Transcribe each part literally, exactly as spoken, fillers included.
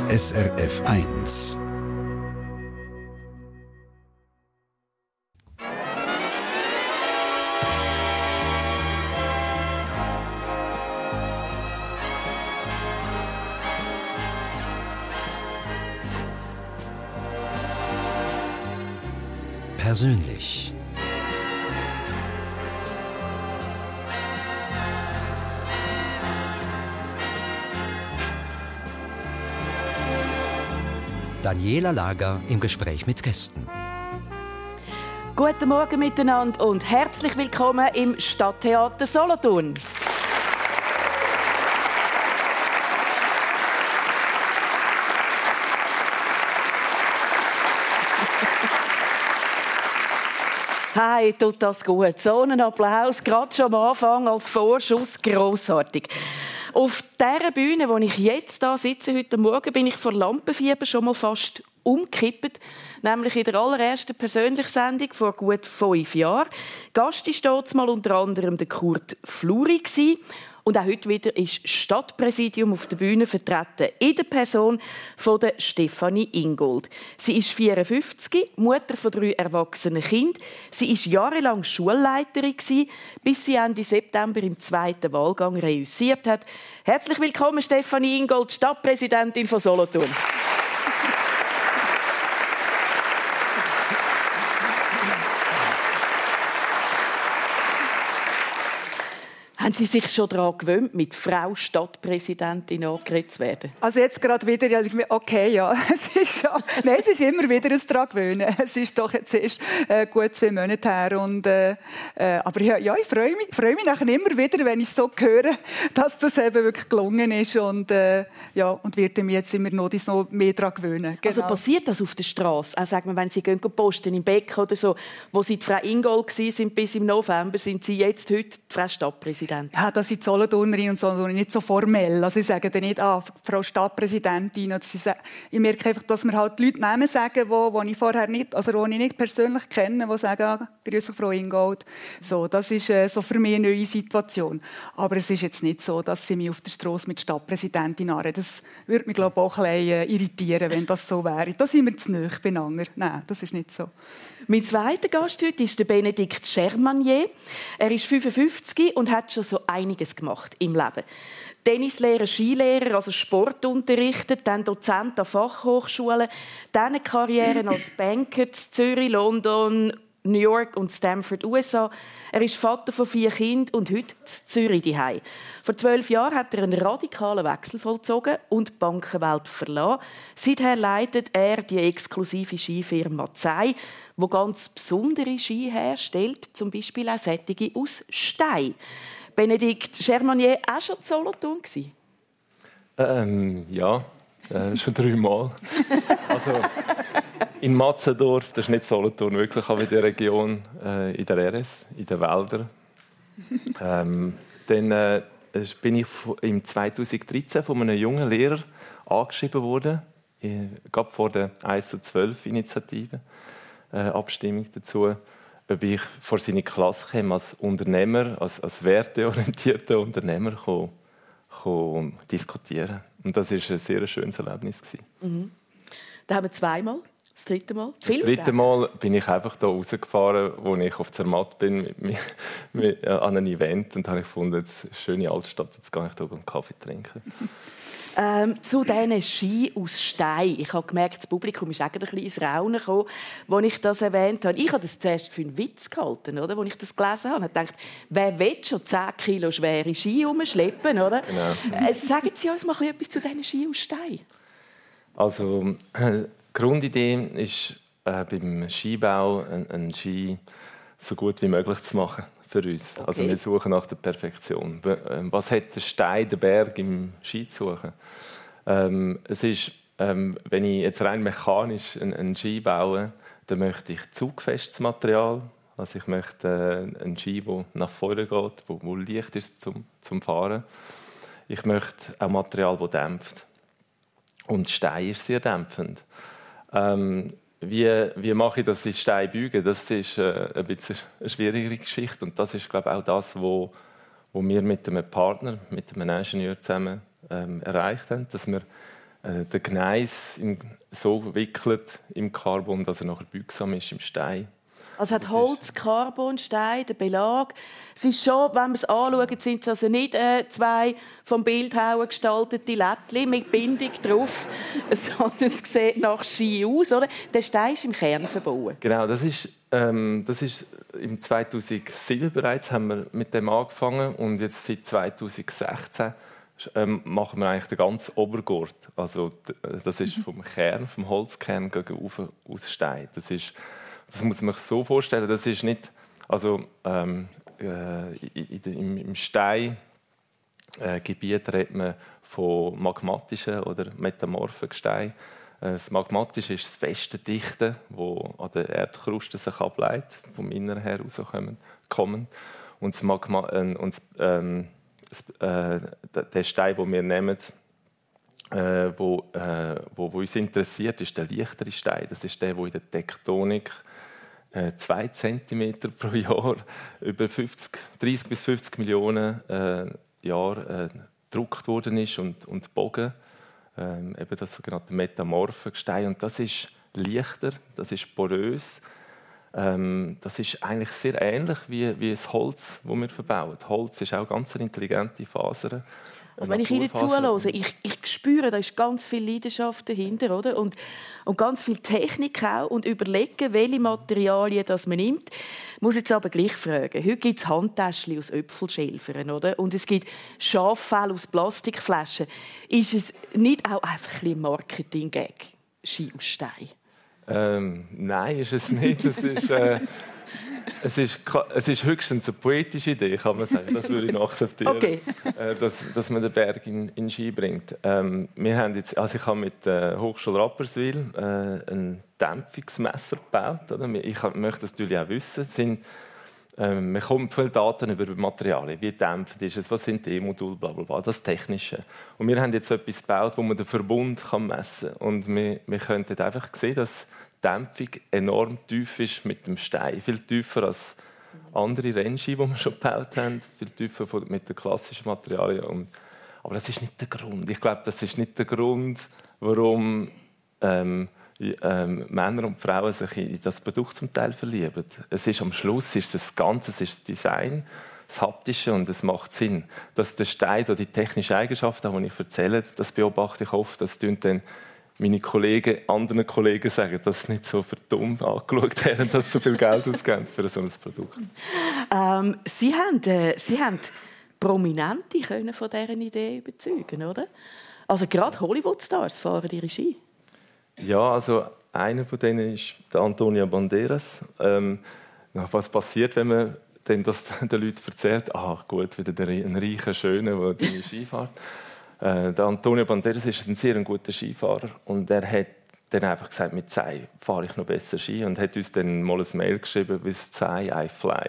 S R F eins. Persönlich. Daniela Lager im Gespräch mit Gästen. Guten Morgen miteinander und herzlich willkommen im Stadttheater Solothurn. Hey, tut das gut. So einen Applaus, gerade schon am Anfang als Vorschuss, grossartig. Auf dieser Bühne, wo ich jetzt da sitze, heute Morgen, bin ich vor Lampenfieber schon mal fast umgekippt. Nämlich in der allerersten persönlichen Sendung vor gut fünf Jahren. Gast war dort mal unter anderem der Kurt Fluri. Und auch heute wieder ist das Stadtpräsidium auf der Bühne vertreten, in der Person von der Stefanie Ingold. Sie ist vierundfünfzig, Mutter von drei erwachsenen Kindern. Sie war jahrelang Schulleiterin, bis sie Ende September im zweiten Wahlgang reüssiert hat. Herzlich willkommen, Stefanie Ingold, Stadtpräsidentin von Solothurn. Haben Sie sich schon daran gewöhnt, mit Frau Stadtpräsidentin angeredet zu werden? Also jetzt gerade wieder, okay, ja, es ist schon, nein, es ist immer wieder ein daran gewöhnen. Es ist doch jetzt erst äh, gut zwei Monate her. Und, äh, äh, aber ja, ja, ich freue mich, freue mich nachher immer wieder, wenn ich so höre, dass das eben wirklich gelungen ist. Und, äh, ja, und werde mich jetzt immer noch, noch mehr daran gewöhnen. Genau. Also passiert das auf der Straße? Auch sagen wir, wenn Sie gehen posten im Beck oder so, wo Sie die Frau Ingold waren bis im November, sind Sie jetzt heute die Frau Stadtpräsidentin? Ja, das sind Solothurnerin und Solothurner nicht so formell. Also ich sage dann nicht, ah, Frau Stadtpräsidentin. Ich merke einfach, dass mir halt Leute Namen sagen, die, die ich vorher nicht, also die ich nicht persönlich kenne, die sagen, ah, grüße Frau Ingold. So, das ist äh, so für mich eine neue Situation. Aber es ist jetzt nicht so, dass sie mich auf der Strasse mit Stadtpräsidentin anreden. Das würde mich, glaube ich, auch ein bisschen äh, irritieren, wenn das so wäre. Da sind wir zu nahe beieinander. Nein, das ist nicht so. Mein zweiter Gast heute ist der Benedikt Schermanier. Er ist fünfundfünfzig und hat schon so einiges gemacht im Leben. Tennislehrer, Skilehrer, also Sport unterrichtet, dann Dozent an Fachhochschulen, dann eine Karriere als Banker in Zürich, London, New York und Stanford, U S A. Er ist Vater von vier Kindern und heute in Zürich daheim. Vor zwölf Jahren hat er einen radikalen Wechsel vollzogen und die Bankenwelt verlassen. Seither leitet er die exklusive Skifirma Zei, die ganz besondere Ski herstellt, zum Beispiel auch solche aus Stein. Benedikt Schermanier, auch schon in Solothurn gewesen? Ähm, ja, äh, schon dreimal. Also in Matzendorf, das ist nicht Solothurn, wirklich, aber in der Region, äh, in der R S, in den Wäldern. Ähm, dann äh, bin ich im zweitausenddreizehn von einem jungen Lehrer angeschrieben worden, gerade vor der eins zu zwölf Initiative, äh, Abstimmung dazu, ob ich vor seine Klasse käme, als Unternehmer, als, als werteorientierter Unternehmer kann, kann diskutieren. Und das war ein sehr schönes Erlebnis. Mhm. Da haben wir zweimal. Das dritte Mal? Das dritte Mal bin ich einfach hier rausgefahren, als ich auf Zermatt bin mit, mit, mit, äh, an einem Event und habe gefunden, jetzt eine schöne Altstadt, jetzt gehe ich hier einen Kaffee trinken. Ähm, zu diesen Ski aus Stein. Ich habe gemerkt, das Publikum ist auch ein bisschen ins Raunen gekommen, als ich das erwähnt habe. Ich habe das zuerst für einen Witz gehalten, oder, als ich das gelesen habe. Ich dachte, wer will schon zehn Kilo schwere Ski herumschleppen? Oder? Genau. Äh, sagen Sie uns mal etwas zu diesen Ski aus Stein. Also, äh, die Grundidee ist, äh, beim Skibau einen Ski so gut wie möglich zu machen für uns. Okay. Also wir suchen nach der Perfektion. Was hat der Stein, der Berg im Ski zu suchen? Ähm, es ist, ähm, wenn ich jetzt rein mechanisch einen, einen Ski baue, dann möchte ich zugfestes Material. Also ich möchte äh, einen Ski, der nach vorne geht, wo, wo leicht ist zum, zum Fahren. Ich möchte auch Material, das dämpft. Und Stein ist sehr dämpfend. Ähm, wie, wie mache ich das in Stein beugen? Das ist äh, ein bisschen eine schwierigere Geschichte. Und das ist, glaube ich, auch das, wo, wo wir mit einem Partner, mit einem Ingenieur zusammen ähm, erreicht haben, dass wir äh, den Gneis im, so wickelt im Carbon, dass er nachher beugsam ist im Stein. Also hat Holz, Carbon, Stein, der Belag. Es ist schon, wenn wir es anschauen, sind es also nicht äh, zwei vom Bildhauer gestaltete Lättchen mit Bindung drauf, sondern es sieht nach Ski aus, oder? Der Stein ist im Kern verbaut. Genau, das ist, ähm, das ist im zweitausendsieben bereits haben wir mit dem angefangen und jetzt seit zweitausendsechzehn ähm, machen wir eigentlich den ganzen Obergurt. Also das ist vom Kern, vom Holzkern gegen aus Stein. Das ist Das muss man sich so vorstellen, das ist nicht, also ähm, äh, in, in, im Steingebiet äh, redet man von magmatischen oder metamorphen Gestein. Äh, das Magmatische ist das feste Dichte, das an der Erdkruste sich ableitet, vom Inneren her rauskommen. Und, das Magma, äh, und das, ähm, das, äh, der Stein, den wir nehmen, äh, wo, äh, wo, wo uns interessiert, ist der leichtere Stein. Das ist der, der in der Tektonik zwei Zentimeter pro Jahr über fünfzig, dreißig bis fünfzig Millionen äh, Jahre äh, gedruckt worden ist und, und Bogen, ähm, eben das sogenannte metamorphe Gestein. Und das ist leichter, das ist porös. Ähm, das ist eigentlich sehr ähnlich wie, wie das Holz, das wir verbauen. Holz ist auch ganz eine intelligente Faser. Also wenn ich Ihnen zuhöre, ich, ich spüre, da ist ganz viel Leidenschaft dahinter, oder? Und, und ganz viel Technik auch und überlegen, welche Materialien das man nimmt. Ich muss jetzt aber gleich fragen. Heute gibt es Handtäschchen aus Äpfelschälfern, oder? Und es gibt Schaffell aus Plastikflaschen. Ist es nicht auch einfach ein Marketing-Gag? Ski aus Stein? Ähm, nein, ist es nicht. Es ist... Äh Es ist, es ist höchstens eine poetische Idee, kann man sagen. Das würde ich noch akzeptieren, okay. äh, dass, dass man den Berg in, in Ski bringt. Ähm, wir haben jetzt, also ich habe mit der Hochschule Rapperswil äh, ein Dämpfungsmesser gebaut. Oder? Ich möchte das natürlich auch wissen. Es sind, äh, man bekommt viele Daten über Materialien. Wie dämpfend ist es, was sind die E-Module, bla bla bla, das Technische. Und wir haben jetzt etwas gebaut, wo man den Verbund kann messen kann. Und wir, wir können einfach sehen, dass die Dämpfung enorm tief ist mit dem Stein. Viel tiefer als andere Rennski, die wir schon gebaut haben. Viel tiefer mit den klassischen Materialien. Und, aber das ist nicht der Grund. Ich glaube, das ist nicht der Grund, warum ähm, ähm, Männer und Frauen sich in das Produkt zum Teil verlieben. Es ist am Schluss ist das Ganze, es ist das Design, das Haptische, und es macht Sinn, dass der Stein oder die technischen Eigenschaften, die ich erzähle, das beobachte ich oft, das tun dann meine Kollegen, anderen Kollegen sagen, dass sie nicht so verdammt angeschaut haben, dass sie so viel Geld ausgeben für so ein Produkt. Ähm, Sie haben, äh, Sie haben Prominente können von dieser Idee überzeugen, oder? Also gerade Hollywood-Stars fahren ihre Ski. Ja, also einer von denen ist der Antonio Banderas. Ähm, was passiert, wenn man denn das den Leuten erzählt? Ah, gut, wieder ein reicher, schöner, der Ski fährt. Äh, der Antonio Banderas ist ein sehr guter Skifahrer und er hat dann einfach gesagt, mit Zai fahre ich noch besser Ski, und hat uns dann mal ein Mail geschrieben, with Zai I fly.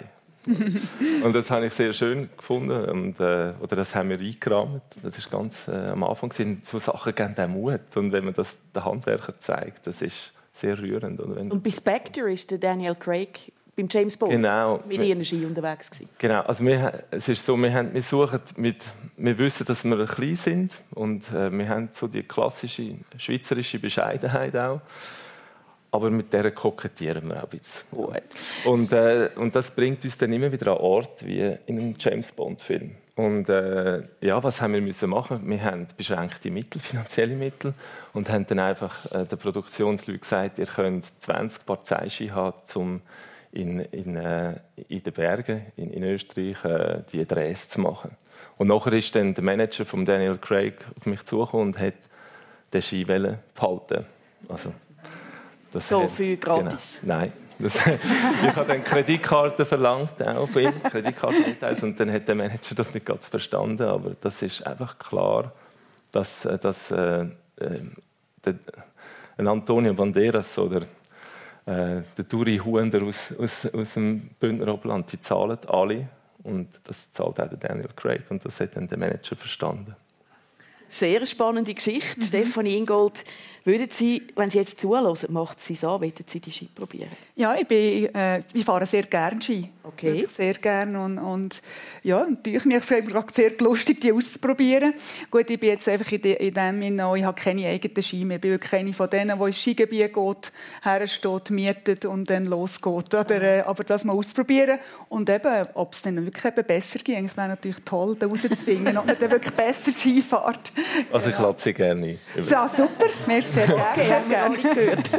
Und das habe ich sehr schön gefunden, und, äh, oder das haben wir eingerahmt. Das ist ganz äh, am Anfang gewesen. So Sachen geben auch Mut, und wenn man das den Handwerker zeigt, das ist sehr rührend. Und, wenn und bei Spectre ist der Daniel Craig beim James Bond genau, mit ihren Ski unterwegs gewesen. Genau, also wir, es ist so, wir, haben, wir suchen mit, wir wissen, dass wir klein sind, und äh, wir haben so die klassische schweizerische Bescheidenheit auch, aber mit der kokettieren wir auch ein bisschen. Gut. Und, äh, und das bringt uns dann immer wieder an Ort wie in einem James Bond Film. Und äh, ja, was haben wir müssen machen? Wir haben beschränkte Mittel, finanzielle Mittel, und haben dann einfach äh, den Produktionsleuten gesagt, ihr könnt zwanzig Paar Zeitski haben, um in, in, äh, in den Bergen in, in Österreich äh, die Drehs zu machen. Und nachher ist dann der Manager von Daniel Craig auf mich zugekommen und hat den Ski behalten. Also, das so hat, viel gratis? Genau, nein. Das, ich habe dann Kreditkarten verlangt, auch von ihm, Kreditkartendetails, und dann hat der Manager das nicht ganz verstanden, aber das ist einfach klar, dass, dass äh, der, ein Antonio Banderas oder äh, der Duri Huender aus, aus, aus dem Bündner Oberland, die zahlen alle, und das zahlt auch der Daniel Craig, und das hat dann der Manager verstanden. Sehr spannende Geschichte. Mhm. Stefanie Ingold, würden Sie, wenn Sie jetzt zuhören, macht Sie es an, wollen Sie die Ski probieren? Ja, ich, bin, äh, ich fahre sehr gerne Ski. Okay. Wirklich sehr gerne. Und, und ja, natürlich mir ist es sehr lustig, die auszuprobieren. Gut, ich bin jetzt einfach in, de, in dem Sinne, ich habe keine eigenen Ski mehr. Ich bin wirklich eine von denen, die ins Skigebiet geht, hersteht, mietet und dann losgeht. Oder, äh, aber das mal ausprobieren. Und eben, ob es dann wirklich eben besser ging, es wäre natürlich toll, da rauszufinden, ob man dann wirklich besser Ski fährt. Also ich lade Sie gerne ein. Ja, super. Merci. Sehr gerne, okay, sehr gerne. Gehört.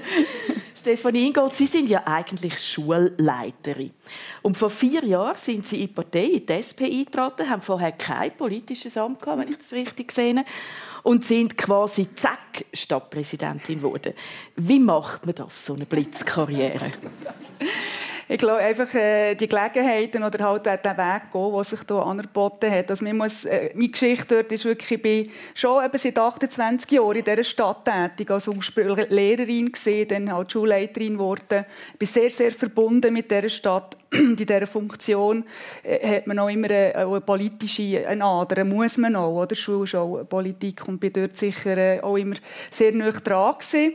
Stefanie Ingold, Sie sind ja eigentlich Schulleiterin. Und vor vier Jahren sind Sie in die Partei, in die S P eingetreten, haben vorher kein politisches Amt gehabt, wenn ich das richtig gesehen habe, und sind quasi zack Stadtpräsidentin geworden. Wie macht man das, so eine Blitzkarriere? Ich glaube, einfach äh, die Gelegenheiten oder halt den Weg gehen, der sich hier angeboten hat. Also, man muss, äh, meine Geschichte dort ist wirklich, ich bin schon eben seit achtundzwanzig Jahren in dieser Stadt tätig, als Lehrerin gewesen, dann halt Schulleiterin geworden. Ich bin sehr, sehr verbunden mit dieser Stadt. In dieser Funktion äh, hat man auch immer eine, eine politische eine Ader, muss man auch, oder? Schule ist auch Politik und bin dort sicher äh, auch immer sehr nah dran gewesen.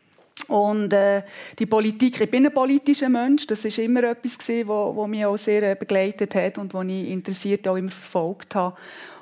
Und äh, die Politik, ich bin ein politischer Mensch, das ist immer etwas gewesen, wo, wo mich auch sehr äh, begleitet hat und wo ich interessiert auch immer verfolgt habe.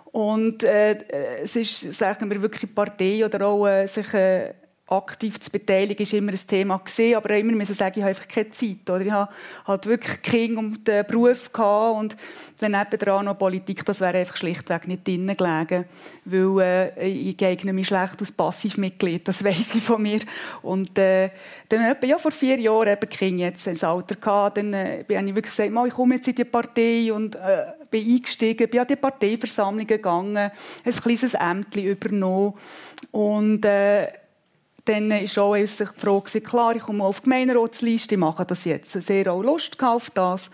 Und äh, es ist, sagen wir, wirklich die Partei oder auch äh, sich äh, aktiv zu beteiligen, ist immer ein Thema gewesen, aber immer müssen sagen, ich habe einfach keine Zeit, oder? Ich habe halt wirklich Kinder und den Beruf gehabt und dann nebendran noch Politik, das wäre einfach schlichtweg nicht drin gelegen, weil äh, ich eigne mich schlecht als Passivmitglied, das weiss ich von mir. Und äh, dann etwa, ja, vor vier Jahren eben Kinder jetzt ins Alter gehabt, dann äh, habe ich wirklich gesagt, ich komme jetzt in die Partei und äh, bin eingestiegen, bin an die Parteiversammlung gegangen, ein kleines Ämtchen übernommen und äh, dann war auch die Frage, klar, ich komme auf die Gemeinderatsliste, ich mache das jetzt. Sehr auch Lust auf das.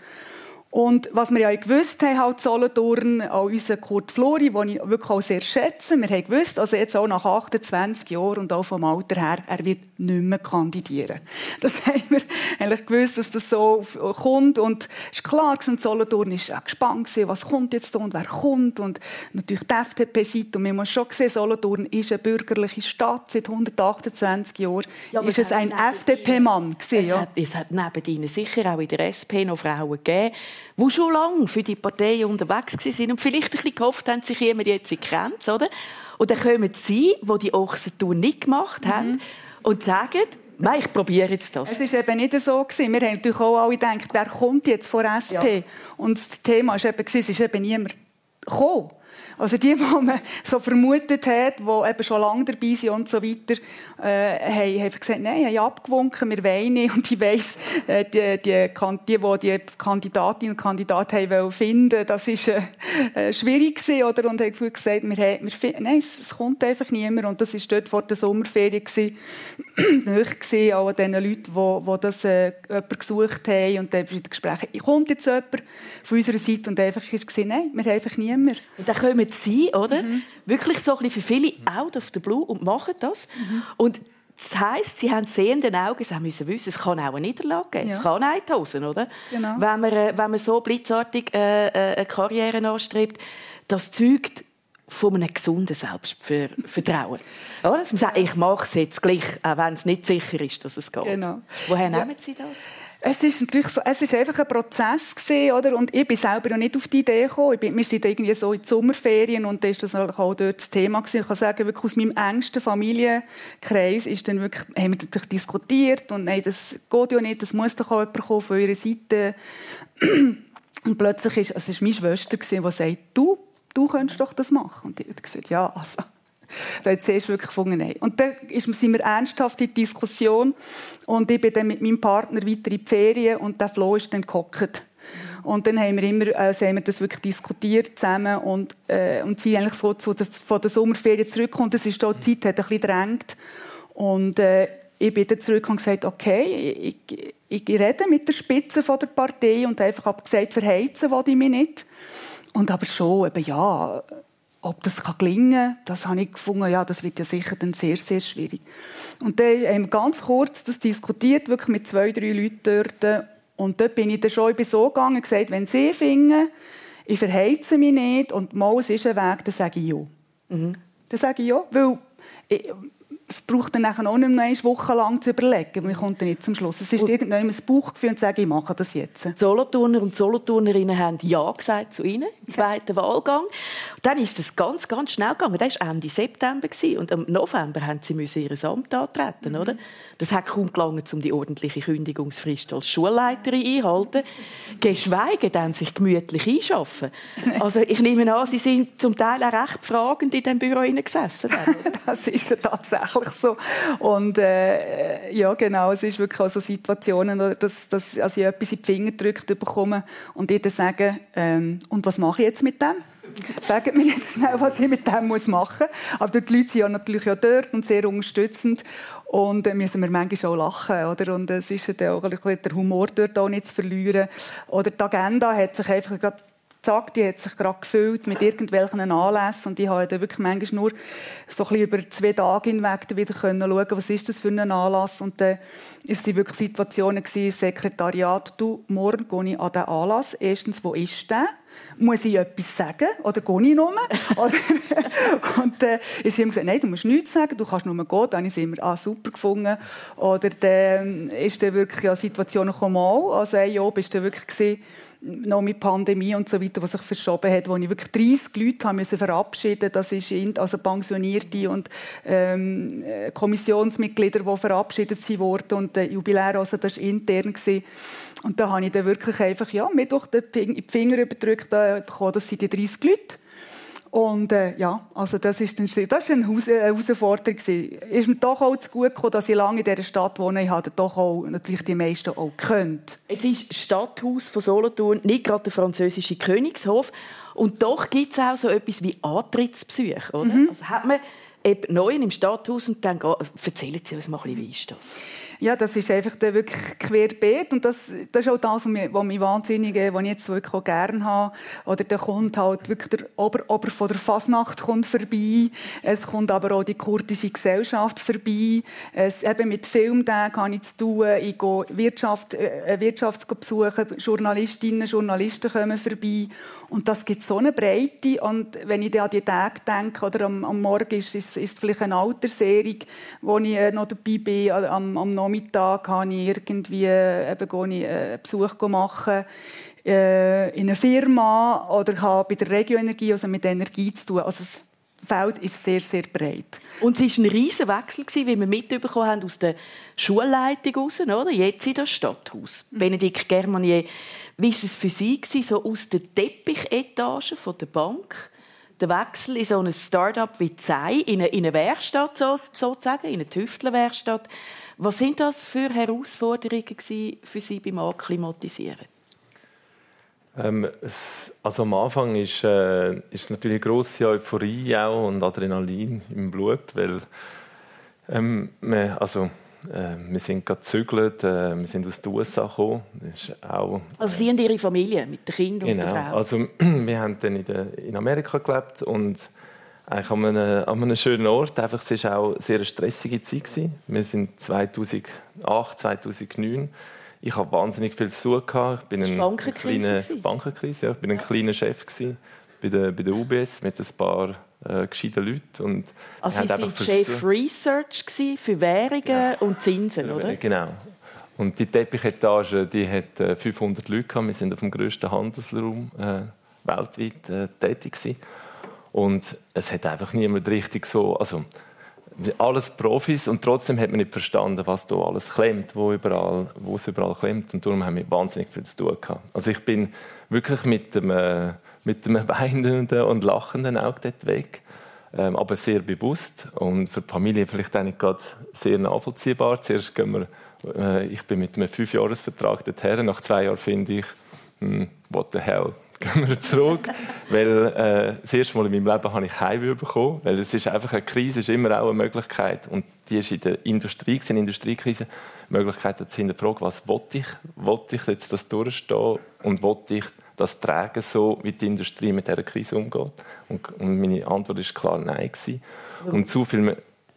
Und was wir ja gewusst haben, halt Solothurn, auch unser Kurt Flori, den ich wirklich auch sehr schätze, wir haben gewusst, also jetzt auch nach achtundzwanzig Jahren und auch vom Alter her, er wird nicht mehr kandidieren. Das haben wir eigentlich gewusst, dass das so kommt. Und es ist klar, und Solothurn war auch gespannt, was kommt jetzt da und wer kommt. Und natürlich die F D P-Seite. Und man muss schon sehen, Solothurn ist eine bürgerliche Stadt. Seit hundertachtundzwanzig Jahren ja, ist es ein F D P-Mann. Es, ja. es hat neben Ihnen sicher auch in der S P noch Frauen gegeben, die schon lange für die Partei unterwegs waren und vielleicht ein bisschen gehofft haben, sich jemand jetzt in die Grenze, oder? Und dann kommen Sie, die die Ochsentour nicht gemacht haben, mhm. und sagen, nein, ich probiere jetzt das. Es war eben nicht so. Wir haben natürlich auch alle gedacht, wer kommt jetzt von der S P? Ja. Und das Thema war eben, es ist eben niemand gekommen. Also die, die man so vermutet hat, die eben schon lange dabei sind und so weiter, äh, haben, haben gesagt, nein, haben abgewunken, wir wollen nicht. Und ich weiss, äh, die, die, die, die die Kandidatinnen und Kandidaten haben finden, das war äh, schwierig gewesen, oder? Und haben gesagt, wir, haben, wir, nein, es, es kommt einfach niemand. Und das war dort vor der Sommerferien gewesen. Nahe gewesen, auch an den Leuten, die, die das äh, jemanden gesucht haben. Und dann in Gesprächen, kommt jetzt jemand von unserer Seite? Und einfach war es, nein, wir haben einfach niemand. Und dann kommen Sie, oder? Mhm. Wirklich so ein bisschen für viele out of the blue und machen das. Mhm. Und das heisst, Sie haben sehenden Augen, Sie müssen wissen, es kann auch eine Niederlage geben. Ja. Es kann auch in die Hosen, oder? Genau. Wenn man, äh, wenn man so blitzartig äh, äh, eine Karriere anstrebt, das zeugt von einem gesunden Selbstvertrauen. Oder? Dass man sagt, ich mache es jetzt gleich, auch wenn es nicht sicher ist, dass es geht. Genau. Woher ja. nehmen Sie das? Es ist natürlich so, es ist einfach ein Prozess gewesen, oder? Und ich bin selber noch nicht auf die Idee gekommen. Ich bin, wir sind irgendwie so in die Sommerferien und dann ist das auch dort das Thema gewesen. Ich kann sagen, wirklich aus meinem engsten Familienkreis ist dann wirklich, haben wir natürlich diskutiert und nein, das geht ja nicht, das muss doch auch jemand kommen von eurer Seite. Und plötzlich ist, also es war meine Schwester gewesen, die sagt, du, du könntest doch das machen. Und ich habe gesagt, ja, also. Da hat zuerst wirklich gefunden, nein. Und dann sind wir ernsthaft in die Diskussion und ich bin dann mit meinem Partner weiter in die Ferien und der Flo ist dann gehockt. Und dann haben wir immer, also haben wir das wirklich diskutiert zusammen und, äh, und sind eigentlich so zu der, von der Sommerferien zurückgekommen. Und es ist da, die Zeit hat ein bisschen gedrängt. Und äh, ich bin dann zurück und gesagt, okay, ich, ich, ich rede mit der Spitze von der Partei und einfach habe gesagt, verheizen will ich mich nicht. Und aber schon, eben, ja, ob das gelingen kann, das habe ich gefunden, ja, das wird ja sicher dann sehr, sehr schwierig. Und dann haben wir ganz kurz das diskutiert, wirklich mit zwei, drei Leuten dort. Und dort bin ich dann schon so gegangen und gesagt, wenn sie finden, ich verheize mich nicht und mal es ist ein Weg, dann sage ich ja. Mhm. Dann sage ich ja, weil ich, es braucht dann auch nicht mehr eine Woche lang zu überlegen. Man kommt dann nicht zum Schluss. Es ist irgendwann ein Bauchgefühl und sagen, ich mache das jetzt. Die Solothurner und Solothurnerinnen haben Ja gesagt zu Ihnen im zweiten ja. Wahlgang. Und dann ist das ganz, ganz schnell gegangen. Das war Ende September und im November haben Sie ihr Amt antreten, oder? Das hat kaum gelangt, um die ordentliche Kündigungsfrist als Schulleiterin einzuhalten. Geschweige denn sich gemütlich einschaffen. Also ich nehme an, Sie sind zum Teil auch recht fragend in diesem Büro gesessen. Das ist ja tatsächlich so. Und äh, ja, genau, es ist wirklich also Situationen, dass, dass also ich etwas in die Finger gedrückt bekomme und ich dann sage, ähm, und was mache ich jetzt mit dem? Sagt mir jetzt schnell, was ich mit dem machen muss. Aber die Leute sind ja natürlich ja dort und sehr unterstützend. Und da müssen wir manchmal auch lachen. Oder? Und es ist ja auch der Humor dort auch nicht zu verlieren. Oder die Agenda hat sich einfach gerade zack, die hat sich gerade gefüllt mit irgendwelchen Anlässen. Und ich habe dann wirklich manchmal nur so ein bisschen über zwei Tage hinweg wieder schauen können, was ist das für ein Anlass. Und dann waren es wirklich Situationen gewesen, Sekretariat, du, morgen gehe ich an den Anlass. Erstens, wo ist der? Muss ich etwas sagen? Oder gehe ich nur? Und dann äh, ist ihm gesagt, nein, du musst nichts sagen, du kannst nur gehen. Dann habe ich es immer ah, super gefunden. Oder dann ist dann wirklich eine Situation gekommen, also ein Jahr war dann wirklich gewesen, noch mit Pandemie und so weiter, was sich verschoben hat, wo ich wirklich dreissig Leute haben müssen verabschieden. Das ist also Pensionierte und ähm, Kommissionsmitglieder, die verabschiedet wurden und der Jubilär, also das war intern gewesen. Und da habe ich dann wirklich einfach ja, mir durch die Finger überdrückt, äh, bekommen, das sind die dreissig Leute. Und äh, ja, also das ist, ein, das ist eine Herausforderung gewesen. Ist mir doch auch zu gut gekommen, dass ich lange in dieser Stadt wohne. Ich habe doch auch natürlich die meisten auch gekannt. Jetzt ist das Stadthaus von Solothurn nicht gerade der französische Königshof. Und doch gibt es auch so etwas wie Antrittsbesuche, oder? Mhm. Also hat man eben neu im Stadthaus und dann erzählen Sie uns mal ein bisschen, wie ist das? Ja, das ist einfach wirklich querbeet und das, das ist auch das, was mich, was mich wahnsinnig, was ich jetzt wirklich auch gerne habe. Oder da kommt halt wirklich der Ober, Ober von der Fasnacht kommt vorbei. Es kommt aber auch die kurdische Gesellschaft vorbei. Es, eben mit Filmtagen habe ich zu tun. Ich gehe Wirtschaft, äh, Wirtschaft besuchen. Journalistinnen, Journalisten kommen vorbei. Und das gibt so eine Breite. Und wenn ich an die Tage denke, oder am, am Morgen ist es ist, ist vielleicht eine Altersserie, wo ich äh, noch dabei bin. Am, am Nachmittag kann ich irgendwie äh, eben, ich, äh, einen Besuch machen äh, in einer Firma oder habe bei der Regioenergie, also mit Energie zu tun. Also das Feld ist sehr, sehr breit. Und es war ein riesen Wechsel, wie wir mitbekommen haben aus der Schulleitung heraus, oder? Jetzt in das Stadthaus. Mhm. Benedikt Germanier, wie war es für Sie, so aus der Teppichetage der Bank, der Wechsel in so ein Start-up wie Zey, in eine, in eine Werkstatt sozusagen, in eine Tüftlerwerkstatt. Was sind das für Herausforderungen für Sie beim Akklimatisieren? Ähm, es, also am Anfang ist, äh, ist natürlich eine grosse Euphorie auch und Adrenalin im Blut, weil ähm, wir, also, äh, wir sind gerade gezügelt, äh, wir sind aus den U S A gekommen. Das ist auch, äh, also Sie und Ihre Familie mit den Kindern genau, und der Frau? Also wir haben dann in, der, in Amerika gelebt und eigentlich an einem, an einem schönen Ort. Einfach, es war auch eine sehr stressige Zeit gewesen. Wir sind zweitausendacht, zweitausendneun. Ich hatte wahnsinnig viel zu tun. Ich bin ein kleiner Bankenkrise. Ja. Ich bin ein kleiner Chef bei der, bei der U B S mit ein paar äh, gescheiten Leuten. Und also Sie waren Chef Research für Währungen ja. und Zinsen, oder? Genau. Und die Teppichetage, die hat äh, fünfhundert Leute gehabt. Wir sind auf dem grössten Handelsraum äh, weltweit äh, tätig gewesen. Und es hat einfach niemand richtig so, also alles Profis und trotzdem hat man nicht verstanden, was da alles klemmt, wo überall, wo es überall klemmt und darum haben wir wahnsinnig viel zu tun gehabt. Also ich bin wirklich mit dem äh, mit dem weinenden und lachenden Auge dort weg, ähm, aber sehr bewusst und für die Familie vielleicht auch nicht gerade sehr nachvollziehbar. Zuerst gehen wir, äh, ich bin mit einem Fünfjahresvertrag dorthin, nach zwei Jahren finde ich, hm, what the hell. Gehen wir zurück, weil äh, das erste Mal in meinem Leben habe ich Heimweh bekommen, weil es ist einfach eine Krise, ist immer auch eine Möglichkeit und die ist in der Industrie, in der Industriekrise, die Möglichkeit zu hinterfragen, was will ich, will ich jetzt das durchstehen und will ich das tragen, so wie die Industrie mit dieser Krise umgeht und, und meine Antwort ist klar nein gewesen. Ja. Und zu viel,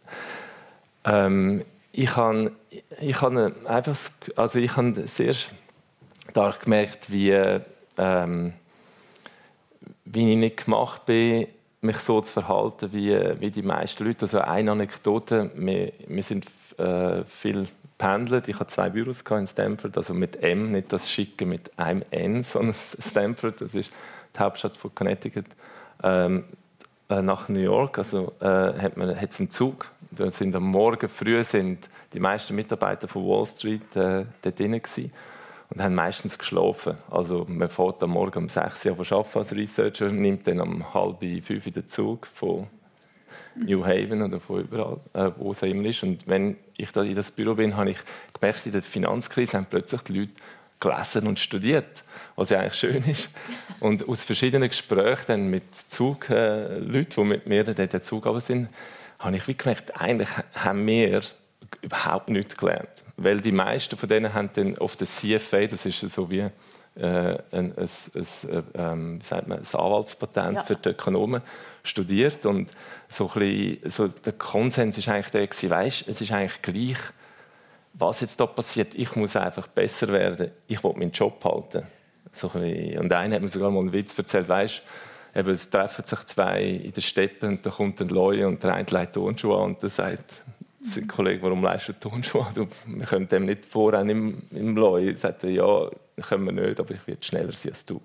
ähm, ich habe, ich habe einfach, also ich habe sehr stark gemerkt, wie ähm, wie ich nicht gemacht bin, mich so zu verhalten wie, wie die meisten Leute. Also eine Anekdote, wir, wir sind äh, viel pendelt. Ich hatte zwei Büros in Stamford, also mit M, nicht das Schicke mit einem N, sondern Stamford, das ist die Hauptstadt von Connecticut, ähm, äh, nach New York. Also äh, hat man hat's einen Zug. Da sind am Morgen früh sind die meisten Mitarbeiter von Wall Street äh, dort drin gewesen und haben meistens geschlafen. Also man fährt am Morgen um sechs Uhr arbeiten als Researcher, nimmt dann um halb fünf den Zug von New Haven oder von überall, äh, wo es immer ist. Und wenn ich da in das Büro bin, habe ich gemerkt, in der Finanzkrise haben plötzlich die Leute gelesen und studiert, was ja eigentlich schön ist. Und aus verschiedenen Gesprächen dann mit Zugleuten, äh, die mit mir in den Zug runter sind, habe ich wie gemerkt, eigentlich haben wir überhaupt nichts gelernt. Weil die meisten von denen haben dann auf der C F A, das ist so wie äh, ein, ein, ein, ein, wie sagt man, ein Anwaltspatent ja. für die Ökonomen, studiert. Und so ein bisschen, so der Konsens war eigentlich der gewesen, weisst, es ist eigentlich gleich, was jetzt da passiert. Ich muss einfach besser werden. Ich will meinen Job halten. So ein bisschen. Und einer hat mir sogar mal einen Witz erzählt, weisst, eben, es treffen sich zwei in der Steppe und da kommt ein Leute und der eine legt Turnschuhe an und der sagt, sein Kollege, warum leist du Turnschuhe an? Wir können dem nicht voran im, im Leu. Er sagt, ja, können wir nicht, aber ich werde schneller sein als du.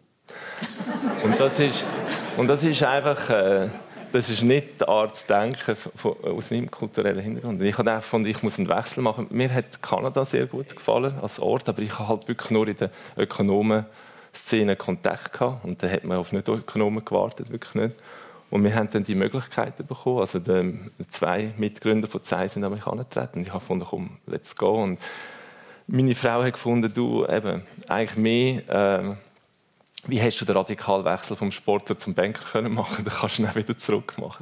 und, das ist, und das ist einfach, äh, das ist nicht die Art zu denken von, aus meinem kulturellen Hintergrund. Ich habe gefunden, ich muss einen Wechsel machen. Mir hat Kanada sehr gut gefallen als Ort, aber ich habe halt wirklich nur in der Ökonomen-Szene Kontakt gehabt. Und da hat man auf Nicht-Ökonomen gewartet, wirklich nicht. Und wir haben dann die Möglichkeiten bekommen. Also die zwei Mitgründer von Z E I sind an mich herangetreten. Ich habe gefunden, komm, let's go. Und meine Frau hat gefunden, du, eben, eigentlich mehr, äh, wie hast du den Radikalwechsel vom Sportler zum Banker können machen? Dann kannst du ihn auch wieder zurück machen.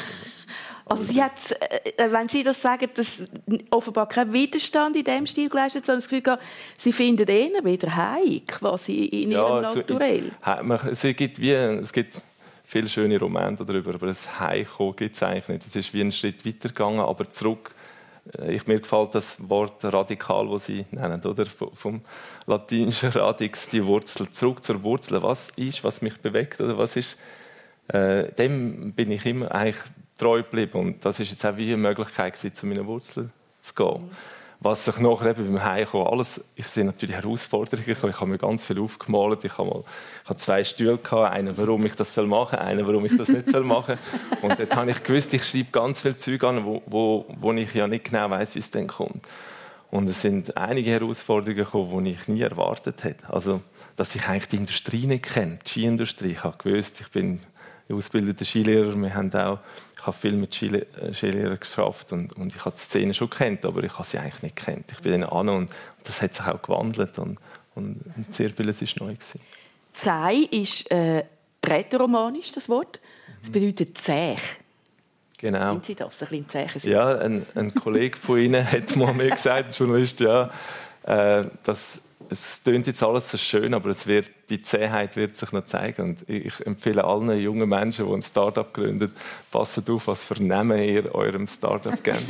Also sie hat, äh, wenn Sie das sagen, dass offenbar kein Widerstand in diesem Stil geleistet, sondern das Gefühl, sie finden ihn wieder heim, quasi in ja, ihrem Naturell. Es gibt wie, es gibt viele schöne Romane darüber, aber das Heimkommen gibt es eigentlich nicht. Es ist wie ein Schritt weitergegangen, aber zurück. Ich, mir gefällt das Wort radikal, das Sie nennen, oder? Vom latinischen Radix, die Wurzel, zurück zur Wurzel. Was ist, was mich bewegt, oder was ist? Äh, dem bin ich immer eigentlich treu geblieben und das ist jetzt auch wie eine Möglichkeit gewesen, zu meinen Wurzeln zu gehen. Mhm. Was sich nachher eben beim Heimkommen alles, ich sehe natürlich Herausforderungen, ich habe mir ganz viel aufgemalt, ich habe, mal, ich habe zwei Stühle gehabt, einen, warum ich das machen soll, einen, warum ich das nicht machen soll. Und dort habe ich gewusst, ich schreibe ganz viele Zeug an, wo, wo, wo ich ja nicht genau weiss, wie es dann kommt. Und es sind einige Herausforderungen gekommen, die ich nie erwartet hätte. Also, dass ich eigentlich die Industrie nicht kenne, die Skiindustrie. Ich habe gewusst, ich bin ausgebildeter Skilehrer, wir haben auch, ich habe viel mit Skile- Skilehrern geschafft und, und ich habe die Szene schon gekannt, aber ich habe sie eigentlich nicht gekannt. Ich bin dann an und das hat sich auch gewandelt und, und sehr vieles war neu gewesen. Zäh ist äh, rätoromanisch, das Wort. Das bedeutet zäh. Genau. Sind Sie das, ein bisschen zäh? Ja, ein, ein Kollege von Ihnen hat mal mir gesagt, ein Journalist, ja, äh, dass es klingt jetzt alles so schön, aber es wird, die Zähheit wird sich noch zeigen. Und ich empfehle allen jungen Menschen, die ein Start-up gründen, passt auf, was für Namen ihr eurem Start-up gebt.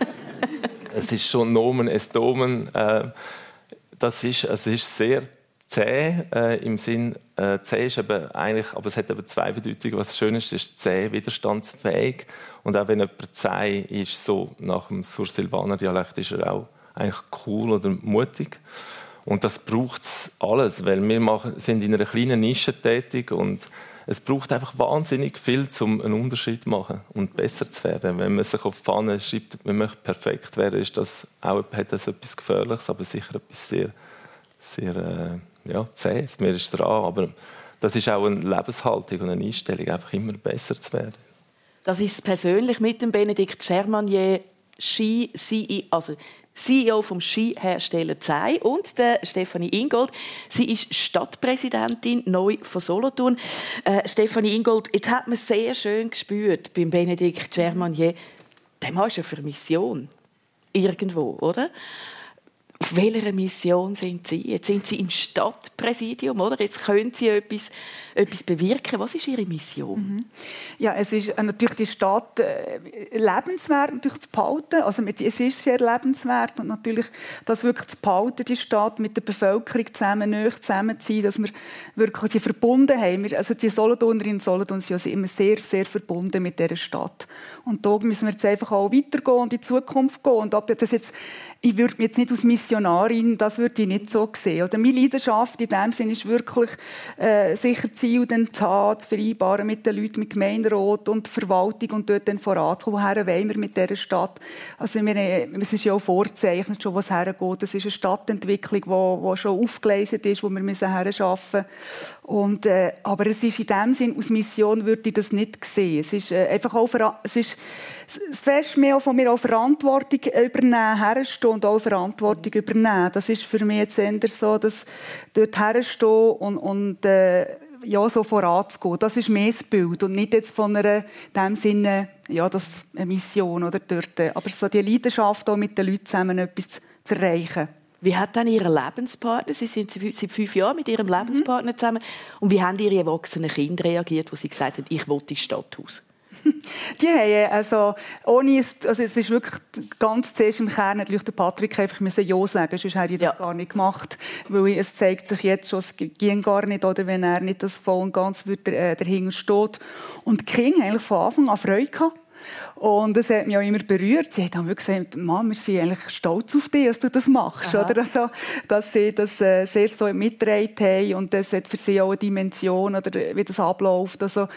Es ist schon Nomen est Domen. Äh, das ist, es ist sehr zäh äh, im Sinn, äh, zäh ist eben eigentlich, aber es hat eben zwei Bedeutungen. Was schön ist, ist zäh, widerstandsfähig. Und auch wenn jemand zäh ist, so nach dem Sursilvaner Dialekt, ist er auch eigentlich cool oder mutig. Und das braucht es alles, weil wir machen, sind in einer kleinen Nische tätig und es braucht einfach wahnsinnig viel, um einen Unterschied zu machen und besser zu werden. Wenn man sich auf die Fahne schreibt, man möchte perfekt werden, ist das auch hat das etwas Gefährliches, aber sicher etwas sehr, sehr äh, ja, zähes. Mir ist dran, aber das ist auch eine Lebenshaltung und eine Einstellung, einfach immer besser zu werden. Das ist persönlich mit dem Benedikt Germanier, Ski C E O, also C E O vom Skihersteller Zäh und der Stefanie Ingold. Sie ist Stadtpräsidentin neu von Solothurn. Äh, Stefanie Ingold, jetzt hat man sehr schön gespürt beim Benedikt Germanier, dem hast du ja für Mission irgendwo, oder? auf welcher Mission sind Sie? Jetzt sind Sie im Stadtpräsidium, oder? Jetzt können Sie etwas, etwas bewirken. Was ist Ihre Mission? Mhm. Ja, es ist äh, natürlich die Stadt äh, lebenswert natürlich zu behalten. Also mit, es ist sehr lebenswert und natürlich das wirklich zu behalten, die Stadt mit der Bevölkerung zusammen, nahe zusammen zu sein, dass wir wirklich die verbunden haben. Wir, also die Solothurnerinnen und Solothurner sind immer sehr, sehr verbunden mit dieser Stadt. Und da müssen wir jetzt einfach auch weitergehen und in die Zukunft gehen. Und ob das jetzt, ich würde mich jetzt nicht als Missionarin, das würde ich nicht so sehen. Oder meine Leidenschaft in dem Sinne ist wirklich, äh, sicher Ziel und Tat zu vereinbaren mit den Leuten, mit Gemeinderat und Verwaltung und dort dann voranzukommen. Woher wollen wir mit dieser Stadt? Also wir, es ist ja auch vorzeichnet, schon was hergeht. Es ist eine Stadtentwicklung, die schon aufgeleistet ist, wo wir müssen herschaffen. Und äh, aber es ist in dem Sinn, aus Mission würde ich das nicht sehen. Es ist äh, einfach auch, es ist fest mehr von mir auch Verantwortung übernehmen, herstehen und auch Verantwortung übernehmen. Das ist für mich jetzt eher so, dass dort herstehen und, und äh, ja, so voranzugehen. Das ist mehr das Bild und nicht jetzt von einer, in dem Sinne, ja, das eine Mission oder dort. Aber so die Leidenschaft, auch mit den Leuten zusammen etwas zu, zu erreichen. Wie hat dann Ihr Lebenspartner, Sie sind seit fünf Jahren mit Ihrem Lebenspartner mhm. zusammen, und wie haben Ihre erwachsenen Kinder reagiert, wo sie gesagt haben, ich will ins Stadthaus? Die haben, also, ohne, also es ist wirklich ganz zuerst im Kern natürlich der Patrick einfach müssen ja sagen, sonst hätte ich das ja. gar nicht gemacht, weil es zeigt sich jetzt schon, es ging gar nicht, oder wenn er nicht das voll und ganz äh, dahinter steht. Und die Kinder haben eigentlich von Anfang an Freude gehabt. Und das hat mich auch immer berührt. Sie haben wirklich gesagt, Mann, wir sind eigentlich stolz auf dich, dass du das machst. Oder? Also, dass sie das äh, sehr so mitgetragen haben und das hat für sie auch eine Dimension, oder wie das abläuft. Also,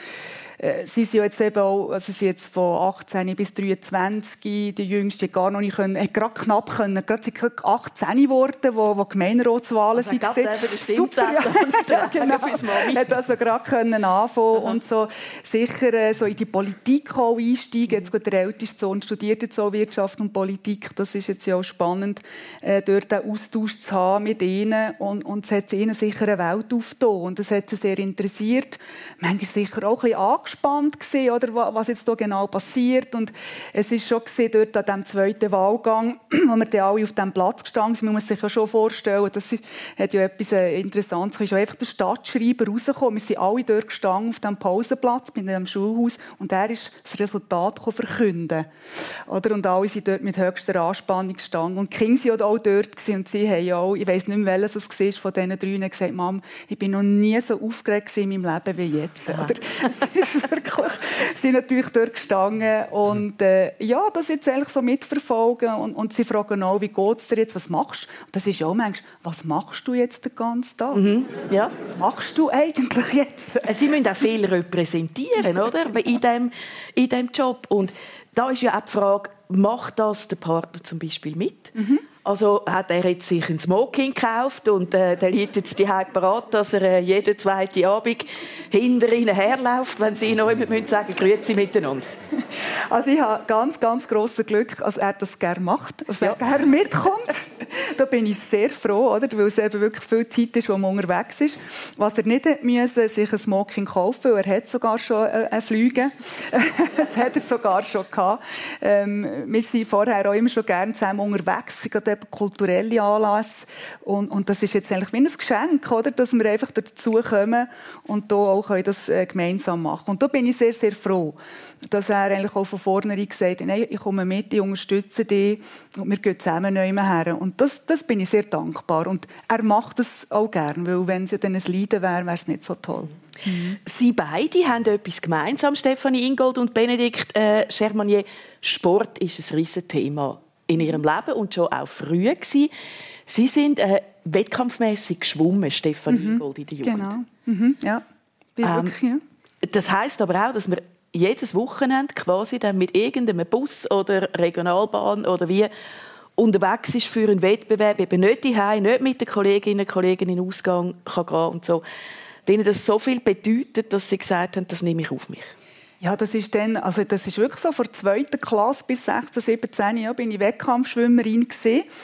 Sie sind jetzt eben auch, also sie jetzt von achtzehn bis dreiundzwanzig, die Jüngste hat gar noch nicht können, hat gerade knapp können, gerade sind achtzehn geworden, wo, wo Gemeinderatswahlen also waren. Super, ja, ja, genau. Hat also gerade können anfangen und so sicher äh, so in die Politik auch einsteigen. Jetzt geht der älteste Sohn studiert jetzt auch Wirtschaft und Politik. Das ist jetzt ja auch spannend, äh, dort einen Austausch zu haben mit ihnen und, und es hat ihnen sicher eine Welt aufgetan und das hat sie sehr interessiert. Manchmal sicher auch ein bisschen angeschaut. Gespannt gewesen, oder was jetzt da genau passiert. Und es ist schon gesehen, dort an diesem zweiten Wahlgang, wo wir dann alle auf diesem Platz gestanden sind. Man muss sich ja schon vorstellen, das hat ja etwas Interessantes. Es ist ja einfach der Stadtschreiber rausgekommen. Wir sind alle dort gestanden auf diesem Pausenplatz mit dem Schulhaus und er ist das Resultat verkünden. Oder? Und alle sind dort mit höchster Anspannung gestanden. Und die Kinder waren auch dort gewesen, und sie haben ja auch, ich weiss nicht mehr, welches es war, von diesen drei, gesagt, Mom, ich bin noch nie so aufgeregt in meinem Leben wie jetzt. Oder? Es ist wirklich, sie sind natürlich dort gestanden und äh, ja, das jetzt eigentlich so mitverfolgen und, und sie fragen auch, wie geht es dir jetzt, was machst du? Und das ist ja auch manchmal, was machst du jetzt den ganzen Tag? Mhm. Ja. Was machst du eigentlich jetzt? Sie müssen auch viel repräsentieren, oder? In diesem in dem Job. Und da ist ja auch die Frage, macht das der Partner zum Beispiel mit? Mhm. Also hat er jetzt sich ein Smoking gekauft und äh, der liegt jetzt die parat, dass er äh, jeden zweiten Abend hinter ihnen herläuft, wenn sie noch jemand sagen müssen, grüezi miteinander. Also ich habe ganz, ganz grosses Glück, dass er das gerne macht, dass er ja. gerne mitkommt. Da bin ich sehr froh, oder? Weil es eben wirklich viel Zeit ist, wo man unterwegs ist. Was er nicht musste, sich ein Smoking kaufen, weil er hat sogar schon ein Flüge. Das hat er sogar schon gehabt. Ähm, wir sind vorher auch immer schon gerne zusammen unterwegs, gerade eben kulturelle Anlässe. Und, und das ist jetzt eigentlich wie ein Geschenk, oder? Dass wir einfach dazu kommen und da auch das gemeinsam machen. Und da bin ich sehr, sehr froh, dass er eigentlich auch von vornherein gesagt hat, nein, ich komme mit, ich unterstütze dich und wir gehen zusammen her. Und das, das bin ich sehr dankbar. Und er macht das auch gern, weil wenn es ja dann ein Leiden wäre, wäre es nicht so toll. Mhm. Sie beide haben etwas gemeinsam, Stefanie Ingold und Benedikt äh, Schermanier. Sport ist ein riesiges Thema in ihrem Leben und schon auch früh gewesen. Sie sind äh, wettkampfmässig geschwommen, Stefanie mhm. Ingold, in der Jugend. Genau, mhm. ja. Bin ähm, wirklich, ja. Das heisst aber auch, dass wir jedes Wochenende quasi dann mit irgendeinem Bus oder Regionalbahn oder wie unterwegs ist für einen Wettbewerb, eben nicht daheim, nicht mit den Kolleginnen und Kollegen in den Ausgang kann gehen und so. Denen das so viel bedeutet, dass sie gesagt haben, das nehme ich auf mich. Ja, das ist dann, also das ist wirklich so, von der zweiten Klasse bis sechzehn, siebzehn Jahren bin ich Wettkampfschwimmerin gewesen.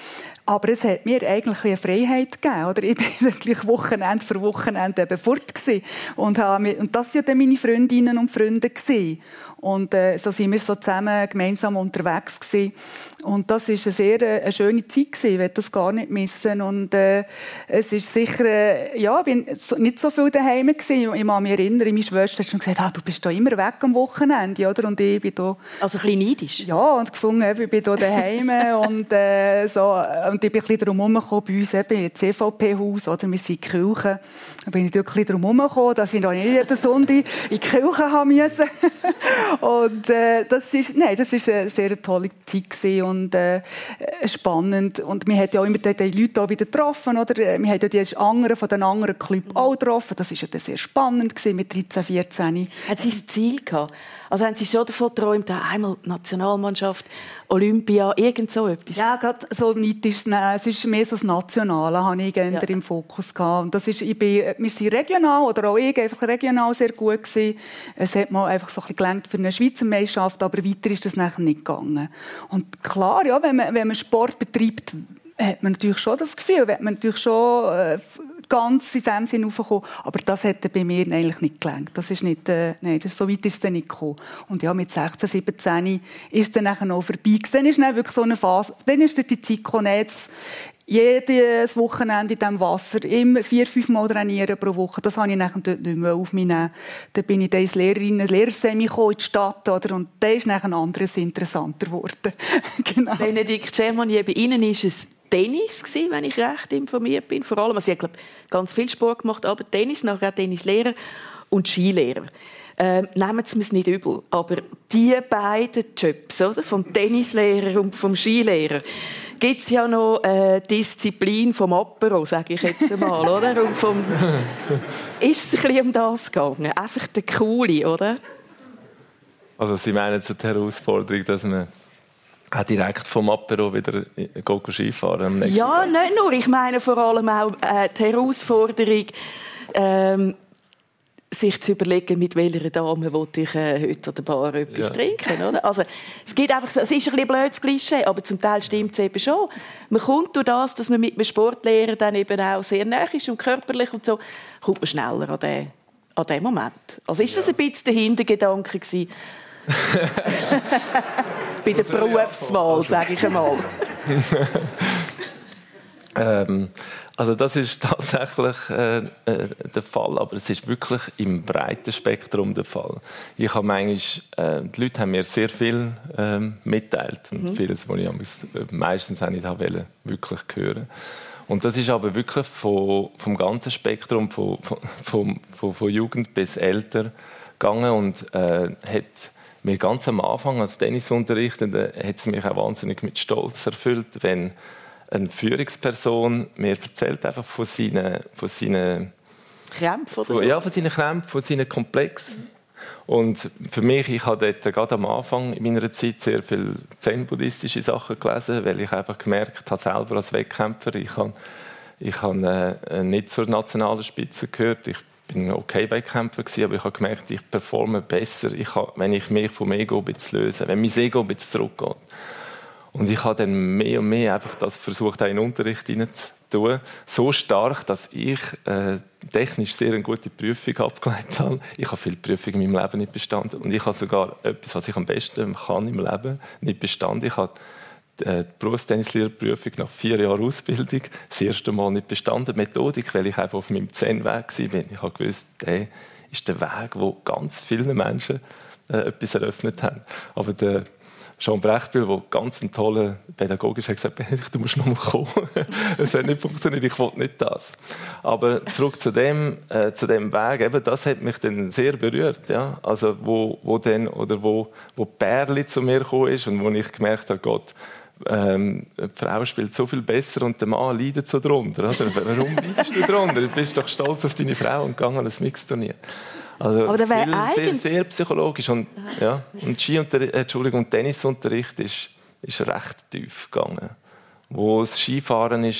Aber es hat mir eigentlich eine Freiheit gegeben. Oder? Ich war wirklich Wochenende für Wochenende eben fort gewesen. Und, habe, und das waren ja dann meine Freundinnen und Freunde gewesen. Und äh, so sind wir so zusammen gemeinsam unterwegs gewesen. Und das war eine sehr äh, eine schöne Zeit gewesen. Ich will das gar nicht missen. Und äh, es ist sicher, äh, ja, ich bin so, nicht so viel daheim gewesen. Ich kann mich erinnern, meine Schwester hat schon gesagt, ah, du bist da immer weg am Wochenende, oder? Und ich bin da. Also ein bisschen neidisch. Ja, und gefunden, ich bin da daheim und äh, so. Und ich bin ein bisschen drum herumgekommen bei uns eben im C V P-Haus, oder? Wir sind in die Kirche. Da bin ich dort ein bisschen drum herumgekommen, dass ich noch nicht jeden Sonntag in die Kirche haben musste. Und äh, das ist, nein, das ist eine sehr tolle Zeit gewesen und äh, spannend. Und wir haben ja auch immer die, die Leute auch wieder getroffen, oder? Wir haben ja die anderen von den anderen Clubs auch getroffen. Das war ja sehr spannend gewesen mit dreizehn, vierzehn. Hat Sie ein Ziel gehabt? Also haben Sie schon davon geträumt, einmal Nationalmannschaft, Olympia, irgend so etwas? Ja, gerade so weit ist es nicht. Es ist mehr so das Nationale, habe ich ja. im Fokus gehabt. Und das ist, ich bin, wir sind regional, oder auch ich, einfach regional sehr gut gewesen. Es hat mal einfach so ein bisschen gelangt für eine Schweizer Meisterschaft, aber weiter ist das nachher nicht gegangen. Und klar, ja, wenn man, wenn man Sport betreibt, hat man natürlich schon das Gefühl, wird man natürlich schon äh, ganz in diesem Sinne raufgekommen. Aber das hätte bei mir eigentlich nicht gelangt. Das ist nicht, äh, nein, das, so weit ist es dann nicht gekommen. Und ja, mit sechzehn, siebzehn ist es dann nachher noch vorbei. Dann ist dann wirklich so eine Phase, dann ist die Zeit gekommen, jetzt jedes Wochenende in diesem Wasser, immer vier, fünf Mal trainieren pro Woche. Das habe ich nachher dort nicht mehr auf mich nehmen. Dann bin ich dann ins Lehrerinnen- Lehrersemi in die Stadt, oder? Und dann ist nachher ein anderes interessanter geworden. Genau. Benedikt Schermanni, bei Ihnen ist es Tennis gewesen, wenn ich recht informiert bin. Vor allem, also ich habe ganz viel Sport gemacht, aber Tennis, nachher auch Tennislehrer und Skilehrer. Ähm, nehmen Sie es mir nicht übel, aber die beiden Jobs, oder, vom Tennislehrer und vom Skilehrer, gibt es ja noch äh, Disziplin vom Apero, sage ich jetzt einmal, oder? Und vom ist es ein bisschen um das gegangen? Einfach der Coole, oder? Also Sie meinen jetzt die Herausforderung, dass man auch direkt vom Apero wieder Skifahren am Ja, nicht nur. Ich meine vor allem auch äh, die Herausforderung, ähm, sich zu überlegen, mit welcher Dame ich äh, heute an der Bar etwas ja. trinken. Oder? Also, es, gibt einfach so, es ist ein bisschen blödes Klischee, aber zum Teil stimmt es eben schon. Man kommt durch das, dass man mit einem Sportlehrer dann eben auch sehr nah ist und körperlich und so, kommt man schneller an den, an den Moment. Also ist das ein bisschen der Hintergedanke gewesen? Bei der Berufswahl, sage ich einmal. ähm, also das ist tatsächlich äh, äh, der Fall, aber es ist wirklich im breiten Spektrum der Fall. Ich habe manchmal, äh, die Leute haben mir sehr viel äh, mitteilt und mhm. vieles, was ich meistens auch nicht wollte, wirklich hören. Und das ist aber wirklich von, vom ganzen Spektrum, von, von, von, von Jugend bis älter gegangen und äh, hat mir ganz am Anfang als Tennisunterricht hat es mich auch wahnsinnig mit Stolz erfüllt, wenn eine Führungsperson mir erzählt einfach von seinen, von seinen Krämpfen oder so? so? Ja, von seinen Krämpfen, von seinen Komplexen. Und für mich, ich habe dort gerade am Anfang in meiner Zeit sehr viele zen-buddhistische Sachen gelesen, weil ich einfach gemerkt habe, selber als Wettkämpfer, ich habe, ich habe äh, nicht zur nationalen Spitze gehört. Ich bin okay Wettkämpfer gewesen, aber ich habe gemerkt, ich performe besser, ich habe, wenn ich mich vom Ego ein bisschen löse, wenn mein Ego ein bisschen zurückgeht. Und ich habe dann mehr und mehr einfach das versucht, auch in den Unterricht hineinzutun. So stark, dass ich äh, technisch sehr eine gute Prüfung abgelegt habe. Ich habe viele Prüfungen in meinem Leben nicht bestanden. Und ich habe sogar etwas, was ich am besten kann im Leben, nicht bestanden. Ich habe die Berufstennislehrerprüfung nach vier Jahren Ausbildung das erste Mal nicht bestanden. Methodik, weil ich einfach auf meinem Zen-Weg war. Ich habe gewusst, der ist der Weg, wo ganz vielen Menschen äh, etwas eröffnet haben. Aber der Jean Brechbühl, der ganz ein toller Pädagoge ist, hat gesagt, du musst noch mal kommen. Es hat nicht funktioniert, ich wollte nicht das. Aber zurück zu dem, äh, zu dem Weg, eben, das hat mich dann sehr berührt. Ja? Also wo, wo, dann, oder wo, wo Perli zu mir gekommen ist und wo ich gemerkt habe, Gott, ähm, die Frau spielt so viel besser und der Mann leidet so drunter. Oder? Warum leidest du drunter? Du bist doch stolz auf deine Frau und gegangen an ein Mixturnier. Also aber viel, sehr, sehr psychologisch. Und, ja, und Ski- Entschuldigung, Tennisunterricht ist, ist recht tief gegangen. Wo das Skifahren ist,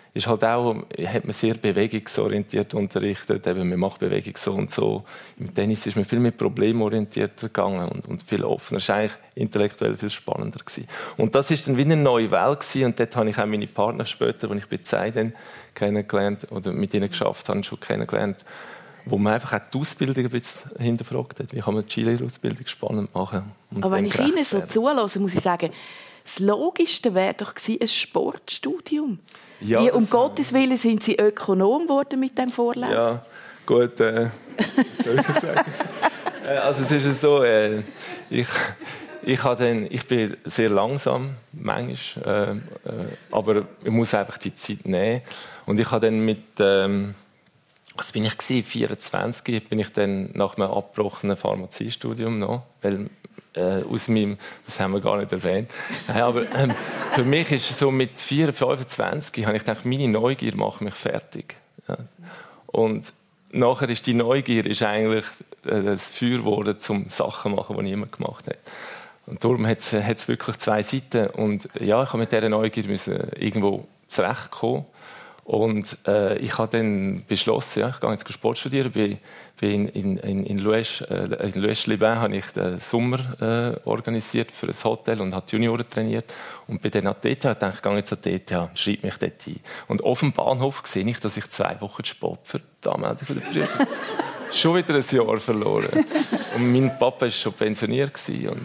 ist halt auch, hat man sehr bewegungsorientiert unterrichtet. Eben, man macht Bewegung so und so. Im Tennis ist man viel mehr problemorientierter gegangen und, und viel offener. Es war eigentlich intellektuell viel spannender gewesen. Und das ist dann wie eine neue Welt gewesen. Und dort habe ich auch meine Partner später, als ich bei Zeit dann kennengelernt oder mit ihnen geschafft habe, schon kennengelernt, wo man einfach auch die Ausbildung ein bisschen hinterfragt hat. Wie kann man die Skilehrausbildung spannend machen? Aber wenn ich Ihnen so zulasse, muss ich sagen, das Logischste wäre doch gewesen, ein Sportstudium. Ja, Wie, um Gottes Willen sind Sie Ökonom geworden mit dem Vorlauf? Ja, gut, äh, was soll ich sagen? äh, also es ist so, äh, ich, ich, dann, ich bin sehr langsam, manchmal, äh, äh, aber ich muss einfach die Zeit nehmen. Und ich habe dann mit, ähm, was bin ich gewesen, vierundzwanzig, bin ich dann nach einem abgebrochenen Pharmaziestudium noch, weil Äh, aus meinem, das haben wir gar nicht erwähnt. Nein, aber ähm, für mich ist so mit vierundzwanzig, fünfundzwanzig habe ich gedacht, meine Neugier macht mich fertig. Ja. Und nachher ist die Neugier ist eigentlich äh, das Feuer geworden, zum Sachen machen, die niemand gemacht hat. Und darum hat es wirklich zwei Seiten. Und ja, ich habe mit dieser Neugier müssen irgendwo zurechtkommen. Und äh, ich habe dann beschlossen, ja, ich gehe jetzt Sport studieren. Bin, bin in, in, in Luesch, äh, in Luesch-les-Bains habe ich den Sommer äh, organisiert für ein Hotel und habe die Junioren trainiert. Und bei den an die E T H dachte ich, ich gehe jetzt an die E T H, schreibe mich dort ein. Und auf dem Bahnhof sehe ich, dass ich zwei Wochen Sport für die Anmeldung für den Prüfung schon wieder ein Jahr verloren. Und mein Papa war schon pensioniert und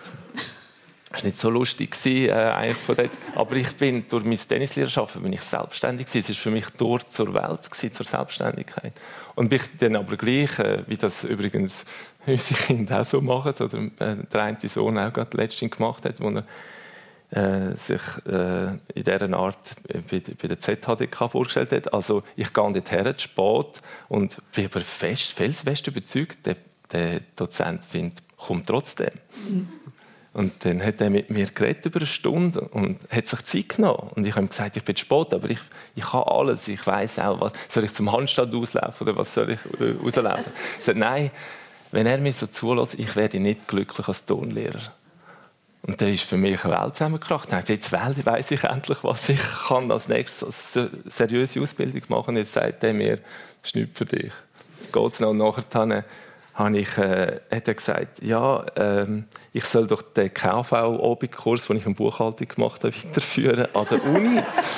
es war nicht so lustig, äh, eigentlich von dort. Aber ich bin, durch meine Tennislehrerschaft bin ich selbstständig gewesen. Es war für mich Tor zur Welt, gewesen, zur Selbstständigkeit. Und bin dann aber gleich, äh, wie das übrigens unsere Kinder auch so machen, oder äh, der eine Sohn auch gerade letztens gemacht hat, wo er äh, sich äh, in dieser Art bei, bei der Z H D K vorgestellt hat. Also ich gehe dort her, spät, und bin aber fest, felsenfest überzeugt, der, der Dozent findet, kommt trotzdem. Mhm. Und dann hat er mit mir geredet über eine Stunde und hat sich Zeit genommen. Und ich habe ihm gesagt, ich bin spät, aber ich, ich kann alles. Ich weiss auch, was. Soll ich zum Handstand auslaufen oder was soll ich äh, rauslaufen? Er sagt, nein, wenn er mir so zulässt, ich werde nicht glücklich als Turnlehrer. Und dann ist für mich eine Welt zusammengekracht. Dann jetzt weiss ich endlich, was ich kann als nächstes als seriöse Ausbildung machen. Jetzt sagt er mir, das ist nichts für dich. Geht's noch? Und nachher habe ich, äh, hat er gesagt, ja, ähm, ich soll doch den K V-Obig-Kurs, den ich in Buchhaltung gemacht habe, weiterführen an der Uni.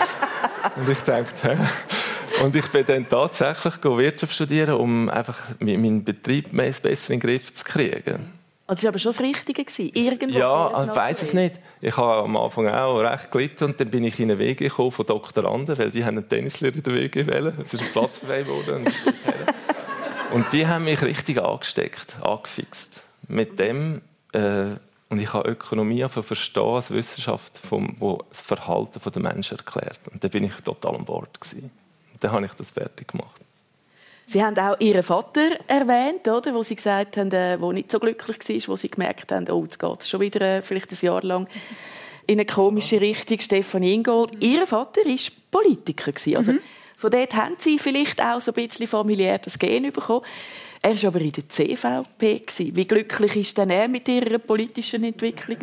Und ich dachte, hä? Und ich bin dann tatsächlich Wirtschaft studieren, um einfach meinen Betrieb besser in den Griff zu kriegen. Also das war aber schon das Richtige irgendwo? Ja, ich weiss es nicht. Ich habe am Anfang auch recht gelitten und dann bin ich in eine W G gekommen von Doktoranden, weil die haben einen Tennislehrer in der W G wählen. Es ist ein Platz frei geworden. Und die haben mich richtig angesteckt, angefixt. Mit dem, äh, und ich habe Ökonomie verstehen als Wissenschaft, vom, wo das Verhalten der Menschen erklärt. Und da bin ich total an Bord gewesen. Und dann habe ich das fertig gemacht. Sie haben auch Ihren Vater erwähnt, oder? Wo Sie gesagt haben, der nicht so glücklich war, wo Sie gemerkt haben, oh, jetzt geht es schon wieder vielleicht ein Jahr lang in eine komische Richtung. Stefan Ingold. Ihr Vater war Politiker. Also, mhm. Von dort haben Sie vielleicht auch so ein bisschen familiär das Gen bekommen. Er war aber in der C V P. Wie glücklich ist denn er mit Ihrer politischen Entwicklung?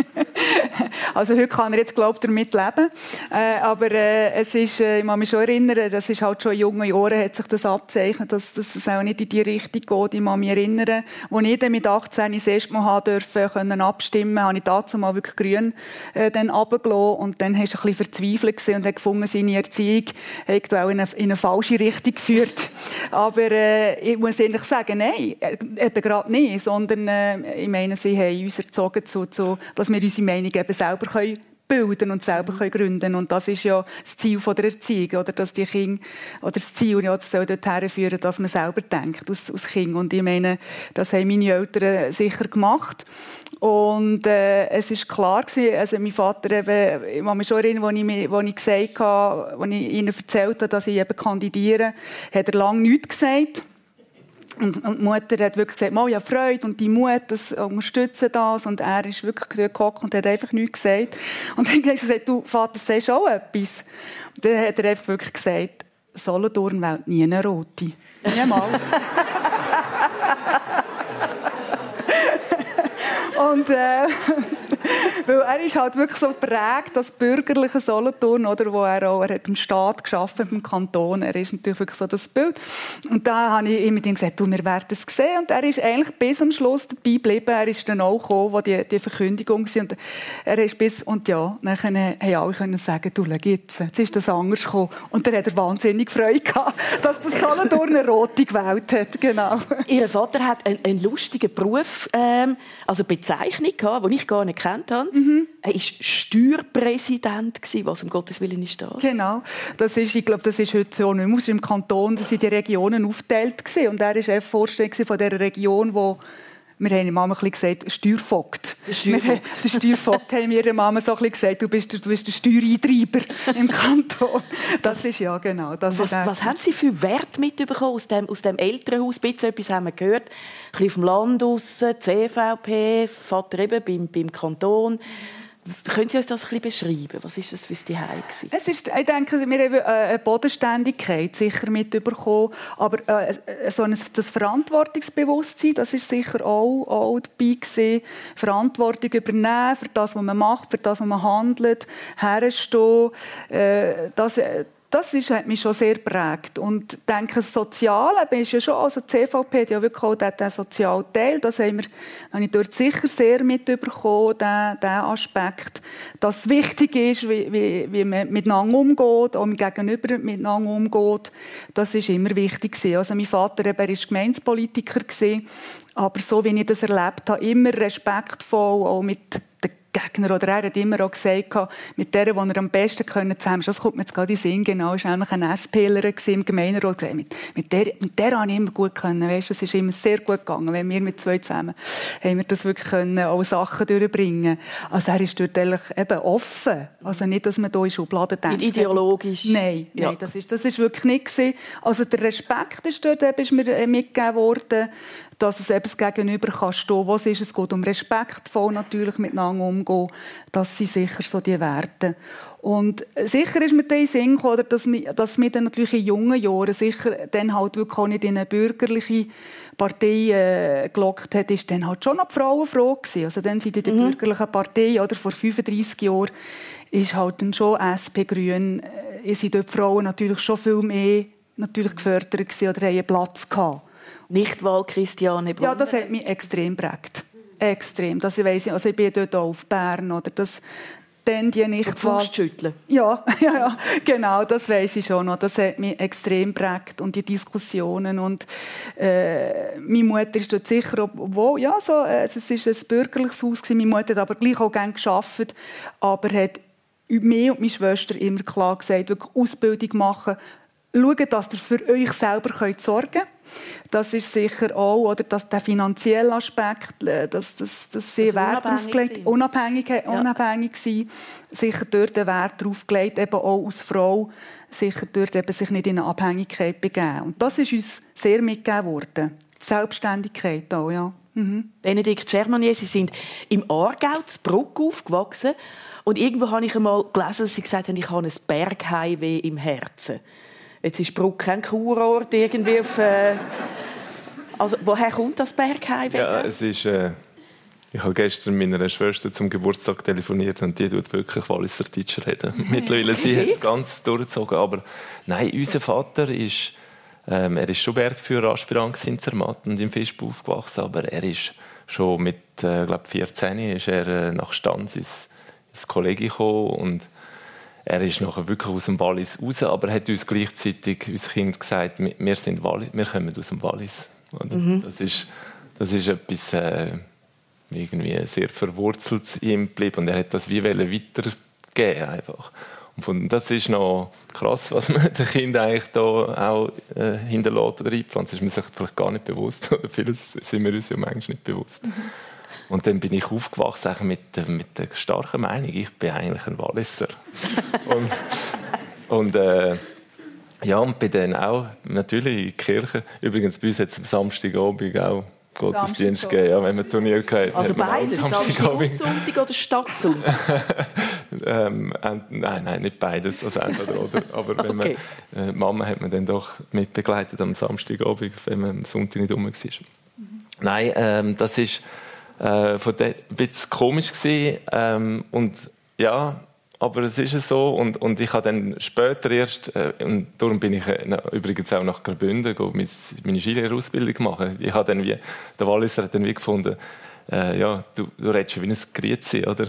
Also heute kann er jetzt, glaube ich, damit leben. Äh, aber äh, es ist, äh, ich kann mich schon erinnern, das ist halt schon in jungen Jahren hat sich das abzeichnet, dass, dass es auch nicht in die Richtung geht. Ich kann mich erinnern, als ich dann mit achtzehn das erste Mal durfte, können abstimmen, habe ich dazu mal wirklich grün äh, dann runtergelassen. Und dann war er ein bisschen verzweifelt und hat gefunden, seine Erziehung hat auch in eine, in eine falsche Richtung geführt. Aber äh, ich muss ehrlich sagen, nein, eben gerade nicht, sondern äh, ich meine, sie haben uns erzogen, zu, zu, dass wir unsere Meinung eben selber können bilden und selber können gründen. Und das ist ja das Ziel der Erziehung, oder dass die Kinder, oder das Ziel, ja, das soll dorthin führen, dass man selber denkt als, als Kind. Und ich meine, das haben meine Eltern sicher gemacht. Und äh, es ist klar gewesen, also mein Vater eben, ich kann mich schon erinnern, als ich, als ich gesagt habe, als ich ihnen erzählt habe, dass ich eben kandidiere, hat er lange nichts gesagt. Und, und die Mutter hat wirklich gesagt, «Mal, ja, Freude und die Mut, das unterstützen das.» Und er ist wirklich dort gehockt und hat einfach nichts gesagt. Und dann habe ich gesagt, «Du, Vater, sagst du auch etwas?» Und dann hat er einfach wirklich gesagt, «Solothurn wählt nie eine Rote.» Niemals. Und, äh, Weil er ist halt wirklich so prägt, das bürgerliche Solothurn, oder, wo er auch, er hat im Staat gearbeitet, im Kanton, er ist natürlich wirklich so das Bild. Und da habe ich mit ihm gesagt, du, wir werden es sehen. Und er ist eigentlich bis am Schluss dabei geblieben. Er ist dann auch gekommen, wo die, die Verkündigung war. Und er ist bis, und ja, dann haben alle können sagen, du, schau jetzt, jetzt ist das anders gekommen. Und dann hat er wahnsinnig Freude gehabt, dass das Solothurn eine rote gewählt hat. Genau. Ihr Vater hat einen, einen lustigen Beruf, ähm, also Bezeichnung gehabt, die ich gar nicht kennt habe. Mhm. Er war Steuerpräsident. Was um Gottes Willen ist das? Genau. Das ist, ich glaube, das ist heute so nicht mehr. Im Kanton sind die Regionen aufgeteilt gewesen. Und er war Chefvorsteher von dieser Region, wo wir haben ihm einmal gesagt, Steuervogt. Der Steuervogt. Der Steuervogt haben wir ihm einmal so ein bisschen gesagt, du bist, du bist der Steuereintreiber im Kanton. Das ist ja genau. Das was, was haben Sie für Wert mitbekommen aus dem, aus dem Elternhaus? Ein bisschen etwas haben wir gehört. Ein bisschen auf dem Land raus, C V P, Vater eben beim, beim Kanton. Können Sie uns das ein bisschen beschreiben? Was war das für das Zuhause? Es ist, ich denke, wir haben eine Bodenständigkeit sicher mitbekommen, aber äh, so ein, das Verantwortungsbewusstsein, das ist sicher auch, auch dabei gewesen. Verantwortung übernehmen für das, was man macht, für das, was man handelt, herstehen. Äh, das, Das ist, hat mich schon sehr geprägt. Und ich denke, das Soziale ist ja schon, also die C V P hat ja wirklich auch den sozialen Teil, das haben wir, habe ich dort sicher sehr mitbekommen, den, den Aspekt, dass es wichtig ist, wie, wie, wie man miteinander umgeht, auch mit Gegenüber miteinander umgeht, das ist immer wichtig gewesen. Also mein Vater, er war Gemeindepolitiker gewesen, aber so wie ich das erlebt habe, immer respektvoll, auch mit Gegner. Oder er hat immer auch gesagt, mit der, die er am besten zusammen können, das kommt mir jetzt gerade in den Sinn, genau, ist nämlich eine SPlerin im Gemeinderat. Mit, mit der, mit der habe ich immer gut können. Weißt, das ist immer sehr gut gegangen. Wenn wir mit zwei zusammen haben wir das wirklich können, auch Sachen durchbringen. Also er ist dort eigentlich eben offen. Also nicht, dass man hier in Schubladen denkt. Nicht ideologisch. Nein, ja. nein, das ist, das ist wirklich nicht gewesen. Also der Respekt ist dort ist mir mitgegeben worden, dass es eben das Gegenüber kann stehen. Was ist es? Es geht um respektvoll natürlich miteinander umgehen. Das sind sicher so die Werte. Und sicher ist mir dann in den Sinn gekommen, dass mir, dass mir dann natürlich in jungen Jahren sicher dann halt wirklich auch nicht in eine bürgerliche Partei äh, gelockt hat, ist dann halt schon noch die Frauenfrage gewesen. Also dann sind in der mhm. bürgerlichen Partei, oder vor fünfunddreissig Jahren, ist halt dann schon S P Grün, äh, sind dort die Frauen natürlich schon viel mehr natürlich gefördert gewesen oder haben einen Platz gehabt. Nichtwahl Christiane Brunner. Ja, das hat mich extrem geprägt. Extrem. Das weiss ich, also ich bin dort auch auf Bern. Oder das, dann die Nichtwahl. Faustschütteln. Ja, ja, ja, genau, das weiss ich schon noch. Das hat mich extrem geprägt. Und die Diskussionen. Und äh, meine Mutter ist dort sicher, obwohl, ja, so, äh, es war ein bürgerliches Haus gewesen. Meine Mutter hat aber gleich auch gerne gearbeitet, aber hat mir und meine Schwester immer klar gesagt, wirklich Ausbildung machen, schauen, dass ihr für euch selber sorgen könnt. Das ist sicher auch, oder, dass der finanzielle Aspekt, dass, dass, dass sie das Wert aufgelegt, unabhängig, ja. unabhängig sein, sicher dort den Wert darauf gelegt, eben auch als Frau, sicher dort eben sich nicht in eine Abhängigkeit begeben. Und das ist uns sehr mitgegeben worden. Die Selbstständigkeit auch, ja. Mhm. Benedikt Germanier, Sie sind im Aargau, in Bruck aufgewachsen. Und irgendwo habe ich einmal gelesen, dass Sie gesagt haben, ich habe ein Bergheimweh im Herzen. Jetzt ist Bruck kein Kurort irgendwie auf... Äh also, woher kommt das Bergheimweh? Ja, es ist... Äh, ich habe gestern mit meiner Schwester zum Geburtstag telefoniert und die tut wirklich Walliser Deutsch reden. Mittlerweile okay. Sie hat es ganz durchgezogen. Aber nein, unser Vater ist... Ähm, er ist schon Bergführer-Aspirant in Zermatt und im Fischbau aufgewachsen, aber er ist schon mit äh, glaub vierzehn ist er äh, nach Stanz ins, ins Kollegium gekommen und er ist nachher wirklich aus dem Wallis raus, aber hat uns gleichzeitig uns Kind gesagt, wir sind Wallis, wir kommen aus dem Wallis. Mhm. Das ist das ist etwas äh, irgendwie sehr verwurzelt in ihm geblieben und er hat das wie weitergeben einfach. Und von, das ist noch krass, was man den Kindern eigentlich da auch äh, hinterlässt oder einpflanzt. Das ist man sich vielleicht gar nicht bewusst. Oder vieles sind wir uns ja manchmal nicht bewusst. Mhm. Und dann bin ich aufgewachsen mit, mit der starken Meinung, ich bin eigentlich ein Walliser. und und äh, ja, und bin dann auch natürlich in die Kirche. Übrigens, bei uns hat es am Samstagabend auch Gottesdienst gegeben, ja, wenn man Turnier gehabt hat. Also beides, Samstag und Sonntag oder Stadtsonntag? ähm, nein, nein, nicht beides, also entweder oder. Aber wenn okay. man, äh, Mama hat man dann doch mitbegleitet am Samstagabend, wenn man am Sonntag nicht rum war. Mhm. Nein, ähm, das ist Äh, von dem ein bisschen komisch gewesen. Ähm, und ja, aber es ist so. Und, und ich habe dann später erst, äh, und darum bin ich äh, übrigens auch nach Graubünden gegangen, meine Skilehrerausbildung machen. Ich habe dann wie, der Walliser hat dann wie gefunden, äh, ja, du, du redest wie ein Griezi, oder?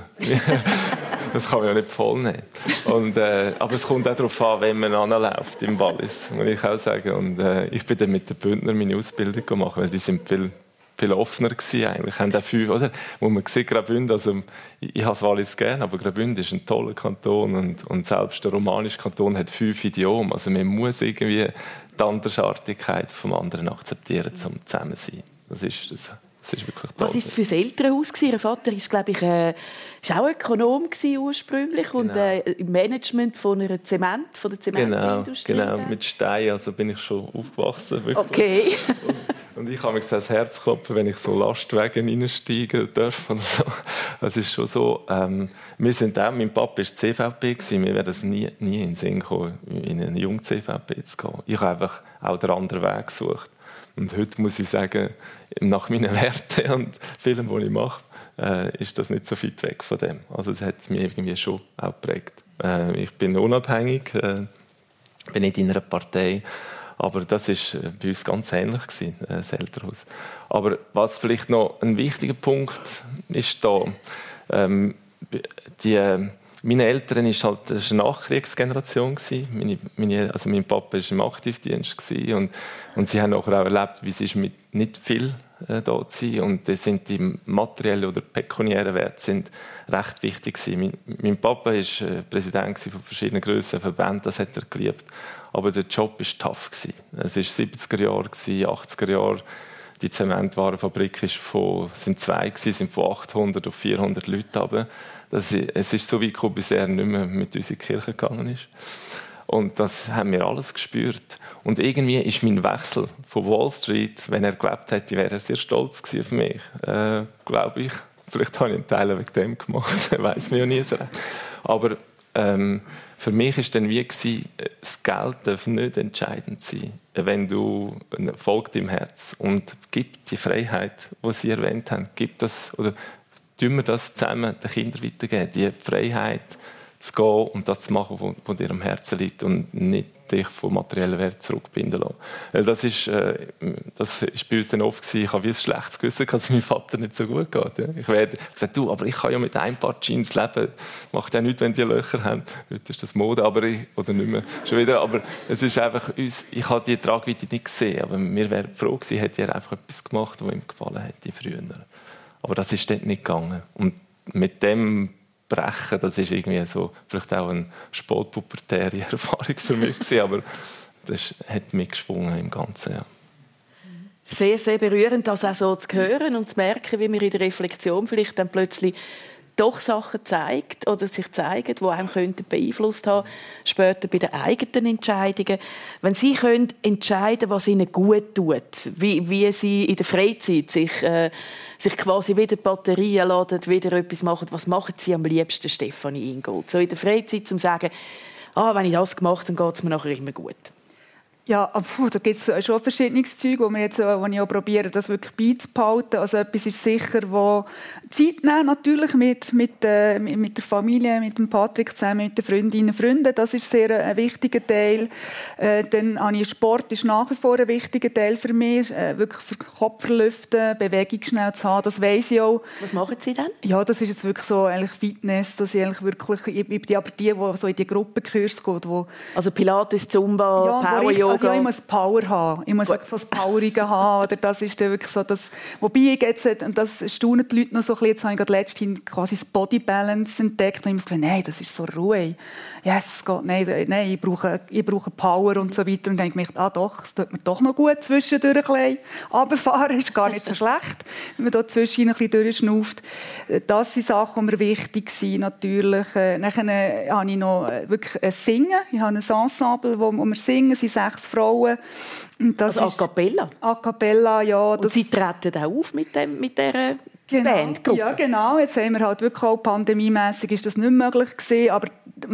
Das kann man ja nicht voll nehmen. Und, äh, aber es kommt auch darauf an, wenn man anläuft im Wallis, muss ich auch sagen. Und äh, ich bin dann mit den Bündnern meine Ausbildung gemacht, weil die sind viel, viel offener gewesen eigentlich. Haben auch fünf, oder? Wo man sieht, Graubünden, also ich, ich habe das Wallis gerne, aber Graubünden ist ein toller Kanton und, und selbst der romanische Kanton hat fünf Idiome. Also man muss irgendwie die Andersartigkeit vom anderen akzeptieren, um zusammen zu sein. Das ist das. Was war es für das Elternhaus? Ihr Vater war, glaube ich, äh, ist auch Ökonom ursprünglich und genau. äh, im Management von, einer Zement, von der Zementindustrie. Genau, genau. Mit Stein also bin ich schon aufgewachsen. Wirklich. Okay. und, und ich habe mir das Herz klopfen, wenn ich so Lastwagen reinsteigen darf. Und so. Das ist schon so. Ähm, wir sind auch, mein Papa war C V P gewesen. Mir wäre das nie, nie in den Sinn gekommen, in einen jungen C V P zu gehen. Ich habe einfach auch den anderen Weg gesucht. Und heute muss ich sagen, nach meinen Werten und Filmen, die ich mache, äh, ist das nicht so weit weg von dem. Also das hat mich irgendwie schon auch geprägt. Äh, ich bin unabhängig, äh, bin nicht in einer Partei, aber das war äh, bei uns ganz ähnlich gewesen, äh, das Elternhaus. Aber was vielleicht noch ein wichtiger Punkt ist da, ähm, die äh, meine Eltern waren halt, das war eine Nachkriegsgeneration. Meine, meine, also mein Papa war im Aktivdienst und, und sie haben nachher auch erlebt, wie es ist, mit nicht viel äh, da zu sein. Und das sind die materiellen oder pekuniären Werte sind recht wichtig gewesen. Mein, mein Papa war äh, Präsident von verschiedenen grösseren Verbänden, das hat er geliebt. Aber der Job war tough gewesen. Es war siebziger Jahre, achtziger Jahre. Die Zementwarenfabrik ist von, sind zwei gewesen, sind von achthundert auf vierhundert Leute runter. Das, es ist so weit gekommen, bis er nicht mehr mit uns in die Kirche gegangen ist. Und das haben wir alles gespürt. Und irgendwie ist mein Wechsel von Wall Street, wenn er gelebt hätte, wäre er sehr stolz gewesen auf mich, äh, glaube ich. Vielleicht habe ich einen Teil wegen dem gemacht, weiß man ja nie so. Aber ähm, für mich war dann wie gewesen, das Geld darf nicht entscheidend sein, wenn du folgt im Herz und gibt die Freiheit, die Sie erwähnt haben, gibt das oder tun wir das zusammen den Kindern weitergeben, die Freiheit zu gehen und das zu machen, was dir am Herzen liegt und nicht dich von materiellen Werten zurückbinden lassen. Weil das ist, äh, das ist bei uns dann oft gewesen, ich habe wie ein schlechtes Gewissen, dass es meinem Vater nicht so gut geht. Ja. Ich werde gesagt, du, aber ich kann ja mit ein paar Jeans leben. Macht ja nichts, wenn die Löcher haben. Heute ist das Mode, aber ich, oder nicht mehr, schon wieder. Aber es ist einfach uns, ich habe die Tragweite nicht gesehen, aber mir wäre froh gewesen, hätte er einfach etwas gemacht, was ihm gefallen hätte früher. Aber das ist dort nicht gegangen. Und mit dem Brechen, das ist irgendwie so, vielleicht auch eine spätpubertäre Erfahrung für mich gewesen, aber das hat mich geschwungen im Ganzen, ja. Sehr, sehr berührend, das auch so zu hören und zu merken, wie man in der Reflexion vielleicht dann plötzlich doch Sachen zeigt oder sich zeigen, die einem beeinflusst haben, später bei den eigenen Entscheidungen. Wenn Sie können entscheiden, was Ihnen gut tut, wie, wie Sie in der Freizeit sich, äh, sich quasi wieder Batterien laden, wieder etwas machen, was machen Sie am liebsten, Stefanie Ingold? So in der Freizeit, um zu sagen, ah, wenn ich das gemacht habe, dann geht es mir nachher immer gut. Ja, aber da gibt es schon verschiedenes Zeug, wo, wir jetzt, wo ich auch probiere, das wirklich beizubehalten. Also etwas ist sicher, wo Zeit nehmen, natürlich mit, mit, äh, mit der Familie, mit dem Patrick zusammen, mit den Freundinnen und Freunden. Das ist sehr ein wichtiger Teil. Äh, dann habe ich Sport, ist nach wie vor ein wichtiger Teil für mich. Äh, wirklich für Kopf verlüften, Bewegung schnell zu haben, das weiss ich auch. Was machen Sie dann? Ja, das ist jetzt wirklich so eigentlich Fitness, dass ich eigentlich wirklich, ich bin aber die, die so in die Gruppenkurs geht. Wo also Pilates, Zumba, ja, Power-Yoga. Also ja, ich muss Power haben. Ich muss wirklich so das Powerige haben. Oder das ist dann wirklich so das, wobei ich jetzt, und das staunen die Leute noch so ein bisschen, jetzt habe ich gerade letztens quasi das Body Balance entdeckt und ich muss gedacht, nein, das ist so ruhig. Yes, Gott, nein, nein, ich brauche, ich brauche Power und so weiter. Und denke mir, ah doch, es tut mir doch noch gut zwischendurch ein bisschen runterfahren, ist gar nicht so schlecht, wenn man da zwischendurch ein bisschen durchschnauft. Das sind Sachen, die mir wichtig sind, natürlich. Dann habe ich noch wirklich ein Singen. Ich habe ein Ensemble, wo wir singen, es sind sechs Frauen. Das also A Cappella? A Cappella, ja. Und Sie treten auch auf mit, dem, mit dieser genau, Bandgruppe? Ja, genau. Jetzt haben wir halt wirklich auch pandemiemässig ist das nicht möglich gewesen, aber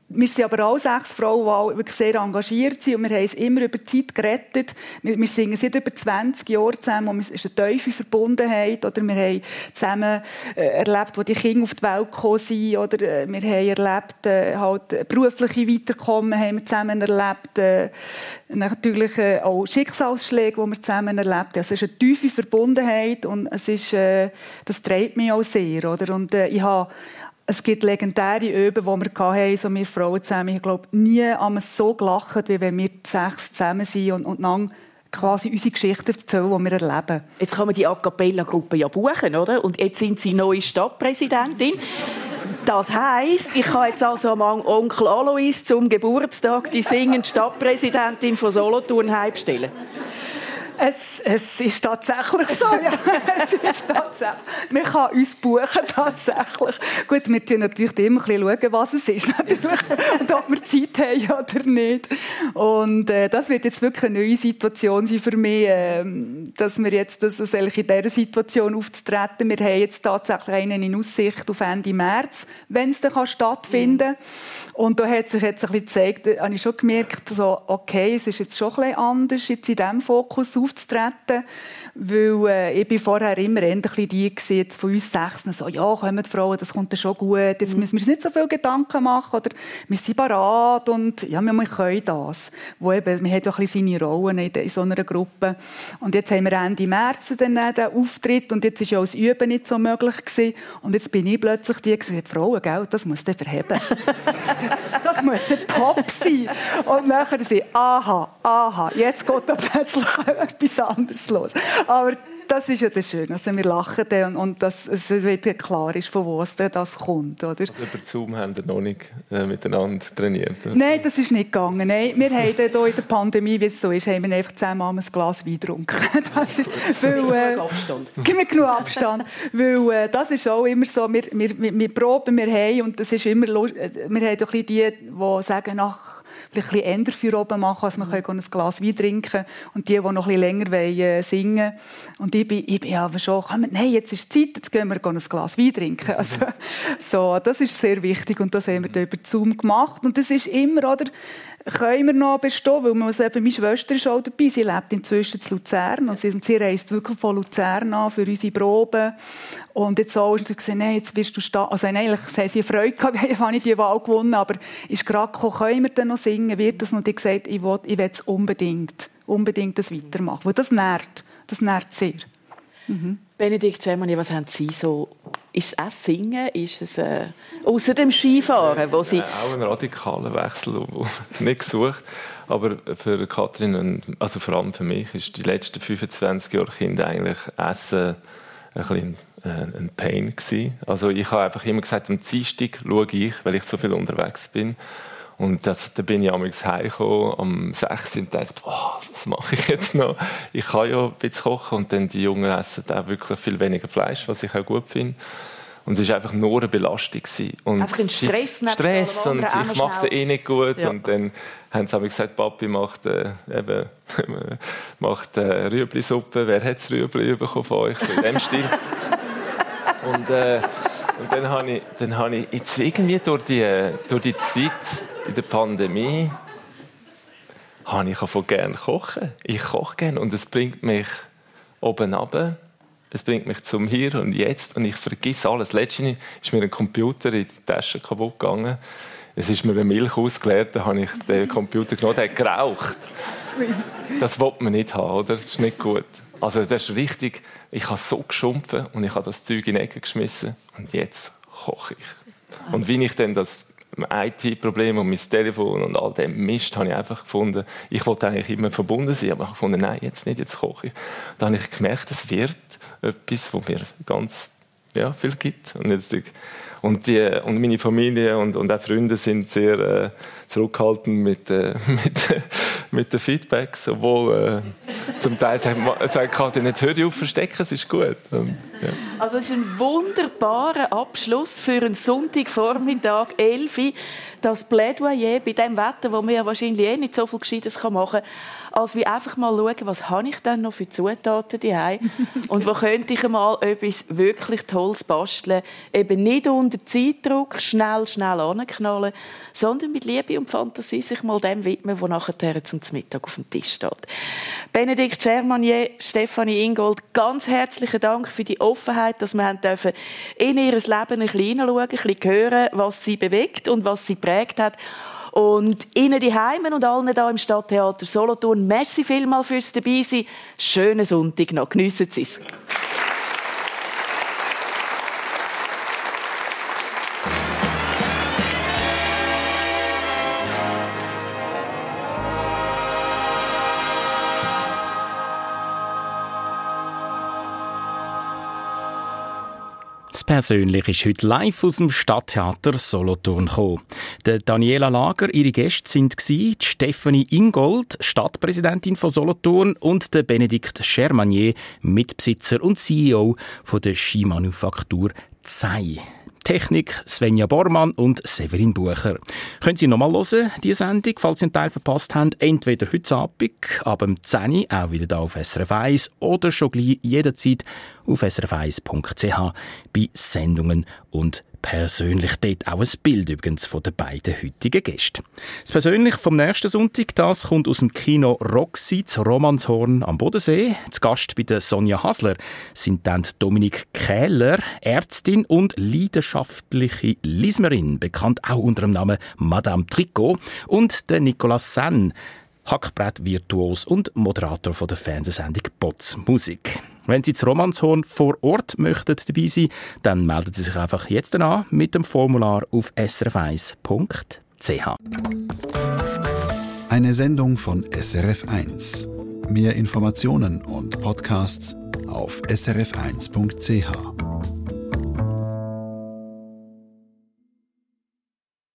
wir sind aber alle sechs Frauen, die wirklich sehr engagiert sind und wir haben es immer über die Zeit gerettet. Wir, wir singen seit über zwanzig Jahren zusammen und es ist eine tiefe Verbundenheit. Oder wir haben zusammen äh, erlebt, wo die Kinder auf die Welt gekommen sind. Oder äh, wir haben erlebt, äh, halt, berufliche Weiterkommen haben wir zusammen erlebt. Äh, natürlich äh, auch Schicksalsschläge, die wir zusammen erlebt haben. Also es ist eine tiefe Verbundenheit und es ist, äh, das treibt mich auch sehr. Oder? Und, äh, ich habe Es gibt legendäre Öben, die wir hatten, so wir Frauen zusammen. Ich glaube, nie haben wir so gelacht, wie wenn wir sechs zusammen sind und, und dann quasi unsere Geschichten erzählen, die wir erleben. Jetzt kann man die A Cappella-Gruppe ja buchen, oder? Und jetzt sind Sie neue Stadtpräsidentin. Das heisst, ich kann jetzt also am Onkel Alois zum Geburtstag die singende Stadtpräsidentin von Solothurn heimstellen. Es, es ist tatsächlich so, ja. Es ist tatsächlich. Man kann uns buchen, tatsächlich. Gut, wir schauen natürlich immer ein bisschen, schauen, was es ist, natürlich. Und ob wir Zeit haben oder nicht. Und äh, das wird jetzt wirklich eine neue Situation sein für mich, äh, dass wir jetzt das, also in dieser Situation aufzutreten. Wir haben jetzt tatsächlich einen in Aussicht auf Ende März, wenn es dann stattfinden kann. Und da hat sich jetzt ein bisschen gezeigt, da habe ich schon gemerkt, so, okay, es ist jetzt schon ein bisschen anders, jetzt in diesem Fokus aufzutreten, weil äh, ich bin vorher immer eher ein bisschen die gewesen, von uns Sechsen, so, ja, kommen die Frauen, das kommt dann schon gut, jetzt müssen wir uns nicht so viele Gedanken machen, oder wir sind parat und ja, wir können das. Wo eben, wir haben doch ein bisschen seine Rollen in, in so einer Gruppe. Und jetzt haben wir Ende März dann den Auftritt und jetzt war ja das Üben nicht so möglich gewesen. Und jetzt bin ich plötzlich die, die Frauen, gell, das muss dann verheben. Das muss der top sein. Und nachher sind aha, aha, jetzt geht da plötzlich etwas anderes los. Aber das ist ja das Schöne. Also wir lachen dann und dass es wieder klar ist, von wo es das kommt. Oder? Also über Zoom haben wir noch nicht äh, miteinander trainiert? Oder? Nein, das ist nicht gegangen. Nein, wir haben hier in der Pandemie, wie es so ist, haben wir einfach zusammen ein Glas Wein getrunken. Das ist, weil, äh, genug Abstand. Mit genug Abstand. Weil äh, das ist auch immer so, wir, wir, wir proben, wir haben, und das ist immer lustig, wir haben doch die, die sagen, ach, vielleicht ein bisschen eher für oben machen, als man mhm. ein Glas Wein trinken kann. Und die, die noch ein bisschen länger wollen, singen wollen. Und ich bin, ich bin aber schon, nein, jetzt ist Zeit, jetzt gehen wir ein Glas Wein trinken. Also, so, das ist sehr wichtig und das haben wir über Zoom gemacht. Und das ist immer, oder, können wir noch bestehen, weil man eben, meine Schwester ist auch dabei, sie lebt inzwischen in Luzern und sie, sie reist wirklich von Luzern an für unsere Proben. Und jetzt auch, und ich gesagt, nein, jetzt wirst du stehen. Also eigentlich haben sie Freude gehabt, ich habe nicht die Wahl gewonnen, aber ist gerade gekommen, können wir denn noch singen, wird das noch? Und ich gesagt, ich will, ich will es unbedingt, unbedingt das weitermachen, weil das nährt, das nährt sehr. Mhm. Benedikt Germany, was haben Sie so? Ist es auch Singen? Ist es äh, außer dem Skifahren, wo Sie ja, auch ein radikaler Wechsel, nicht gesucht. Aber für Kathrin, also vor allem für mich, ist die letzten fünfundzwanzig Jahre Kind eigentlich Essen ein bisschen ein Pain gewesen. Also ich habe einfach immer gesagt, am Dienstag schaue ich, weil ich so viel unterwegs bin. Und das, da bin ich abends heimgekommen, am sechs und dachte, wow, was mache ich jetzt noch? Ich kann ja ein bisschen kochen und dann die Jungen essen auch wirklich viel weniger Fleisch, was ich auch gut finde. Und es war einfach nur eine Belastung. Und einfach ein Stress. Stress und ich mache es eh nicht gut. Ja. Und dann haben sie gesagt, Papi macht, äh, eben, macht äh, Rüebli-Suppe. Wer hat das Rüebli bekommen von euch? So in dem Stil. und, äh, und dann habe ich, dann habe ich jetzt irgendwie durch die, durch die Zeit in der Pandemie habe ich von gerne kochen. Ich koche gerne und es bringt mich oben runter. Es bringt mich zum Hier und Jetzt und ich vergesse alles. Letztens ist mir ein Computer in die Tasche kaputt gegangen. Es ist mir eine Milch ausgeleert, da habe ich den Computer genommen, der hat geraucht. Das will man nicht haben, oder? Das ist nicht gut. Also das ist richtig, ich habe so geschumpfen und ich habe das Zeug in die Ecke geschmissen und jetzt koche ich. Und wie ich dann das I T-Problem und mein Telefon und all dem Mist habe ich einfach gefunden, ich wollte eigentlich immer verbunden sein, aber ich habe gefunden, nein, jetzt nicht, jetzt koche ich. Da habe ich gemerkt, es wird etwas, was mir ganz ja, viel gibt. Und, jetzt, und, die, und meine Familie und, und auch Freunde sind sehr äh, zurückhaltend mit, äh, mit, mit den Feedbacks, obwohl, äh, zum Teil sagt, sagt Katrin, jetzt hör dich auf verstecken, es ist gut. Und, ja. Also es ist ein wunderbarer Abschluss für einen Sonntagvormittag, elf Uhr. Das Plädoyer bei dem Wetter, wo man ja wahrscheinlich eh nicht so viel Gescheites machen kann, als wie einfach mal schauen, was habe ich denn noch für Zutaten daheim und wo könnte ich mal etwas wirklich Tolles basteln. Eben nicht unter Zeitdruck, schnell, schnell anknallen, sondern mit Liebe und Fantasie sich mal dem widmen, was nachher zum Mittag auf dem Tisch steht. Benedikt Germanier, Stefanie Ingold, ganz herzlichen Dank für die Offenheit, dass wir dürfen in ihr Leben ein bisschen hineinschauen, ein bisschen hören, was sie bewegt und was sie prägt hat. Und Ihnen die Heimen und allen hier im Stadttheater Solothurn, merci vielmals fürs Dabeisein. Schönen Sonntag noch. Geniessen Sie es. Das Persönliche ist heute live aus dem Stadttheater Solothurn gekommen. Der Daniela Lager, ihre Gäste waren die Stefanie Ingold, Stadtpräsidentin von Solothurn, und der Benedikt Germanier, Mitbesitzer und C E O von der Skimanufaktur Zey. Technik Svenja Bormann und Severin Bucher. Können Sie noch mal hören, diese Sendung, falls Sie einen Teil verpasst haben, entweder heute Abend ab dem zehn Uhr, auch wieder hier auf S R F eins, oder schon gleich jederzeit auf s r f eins punkt c h bei Sendungen und persönlich. Dort auch ein Bild übrigens von den beiden heutigen Gästen. Das Persönliche vom nächsten Sonntag, das kommt aus dem Kino Roxy zu Romanshorn am Bodensee. Zu Gast bei der Sonja Hasler sind dann Dominik Kähler, Ärztin und leidenschaftliche Lismerin, bekannt auch unter dem Namen Madame Tricot, und der Nicolas Senn, Hackbrett-Virtuos und Moderator von der Fernsehsendung Bots Musik. Wenn Sie zu Romanshorn vor Ort möchten dabei sein, dann melden Sie sich einfach jetzt an mit dem Formular auf s r f eins punkt c h. Eine Sendung von S R F eins. Mehr Informationen und Podcasts auf s r f eins punkt c h.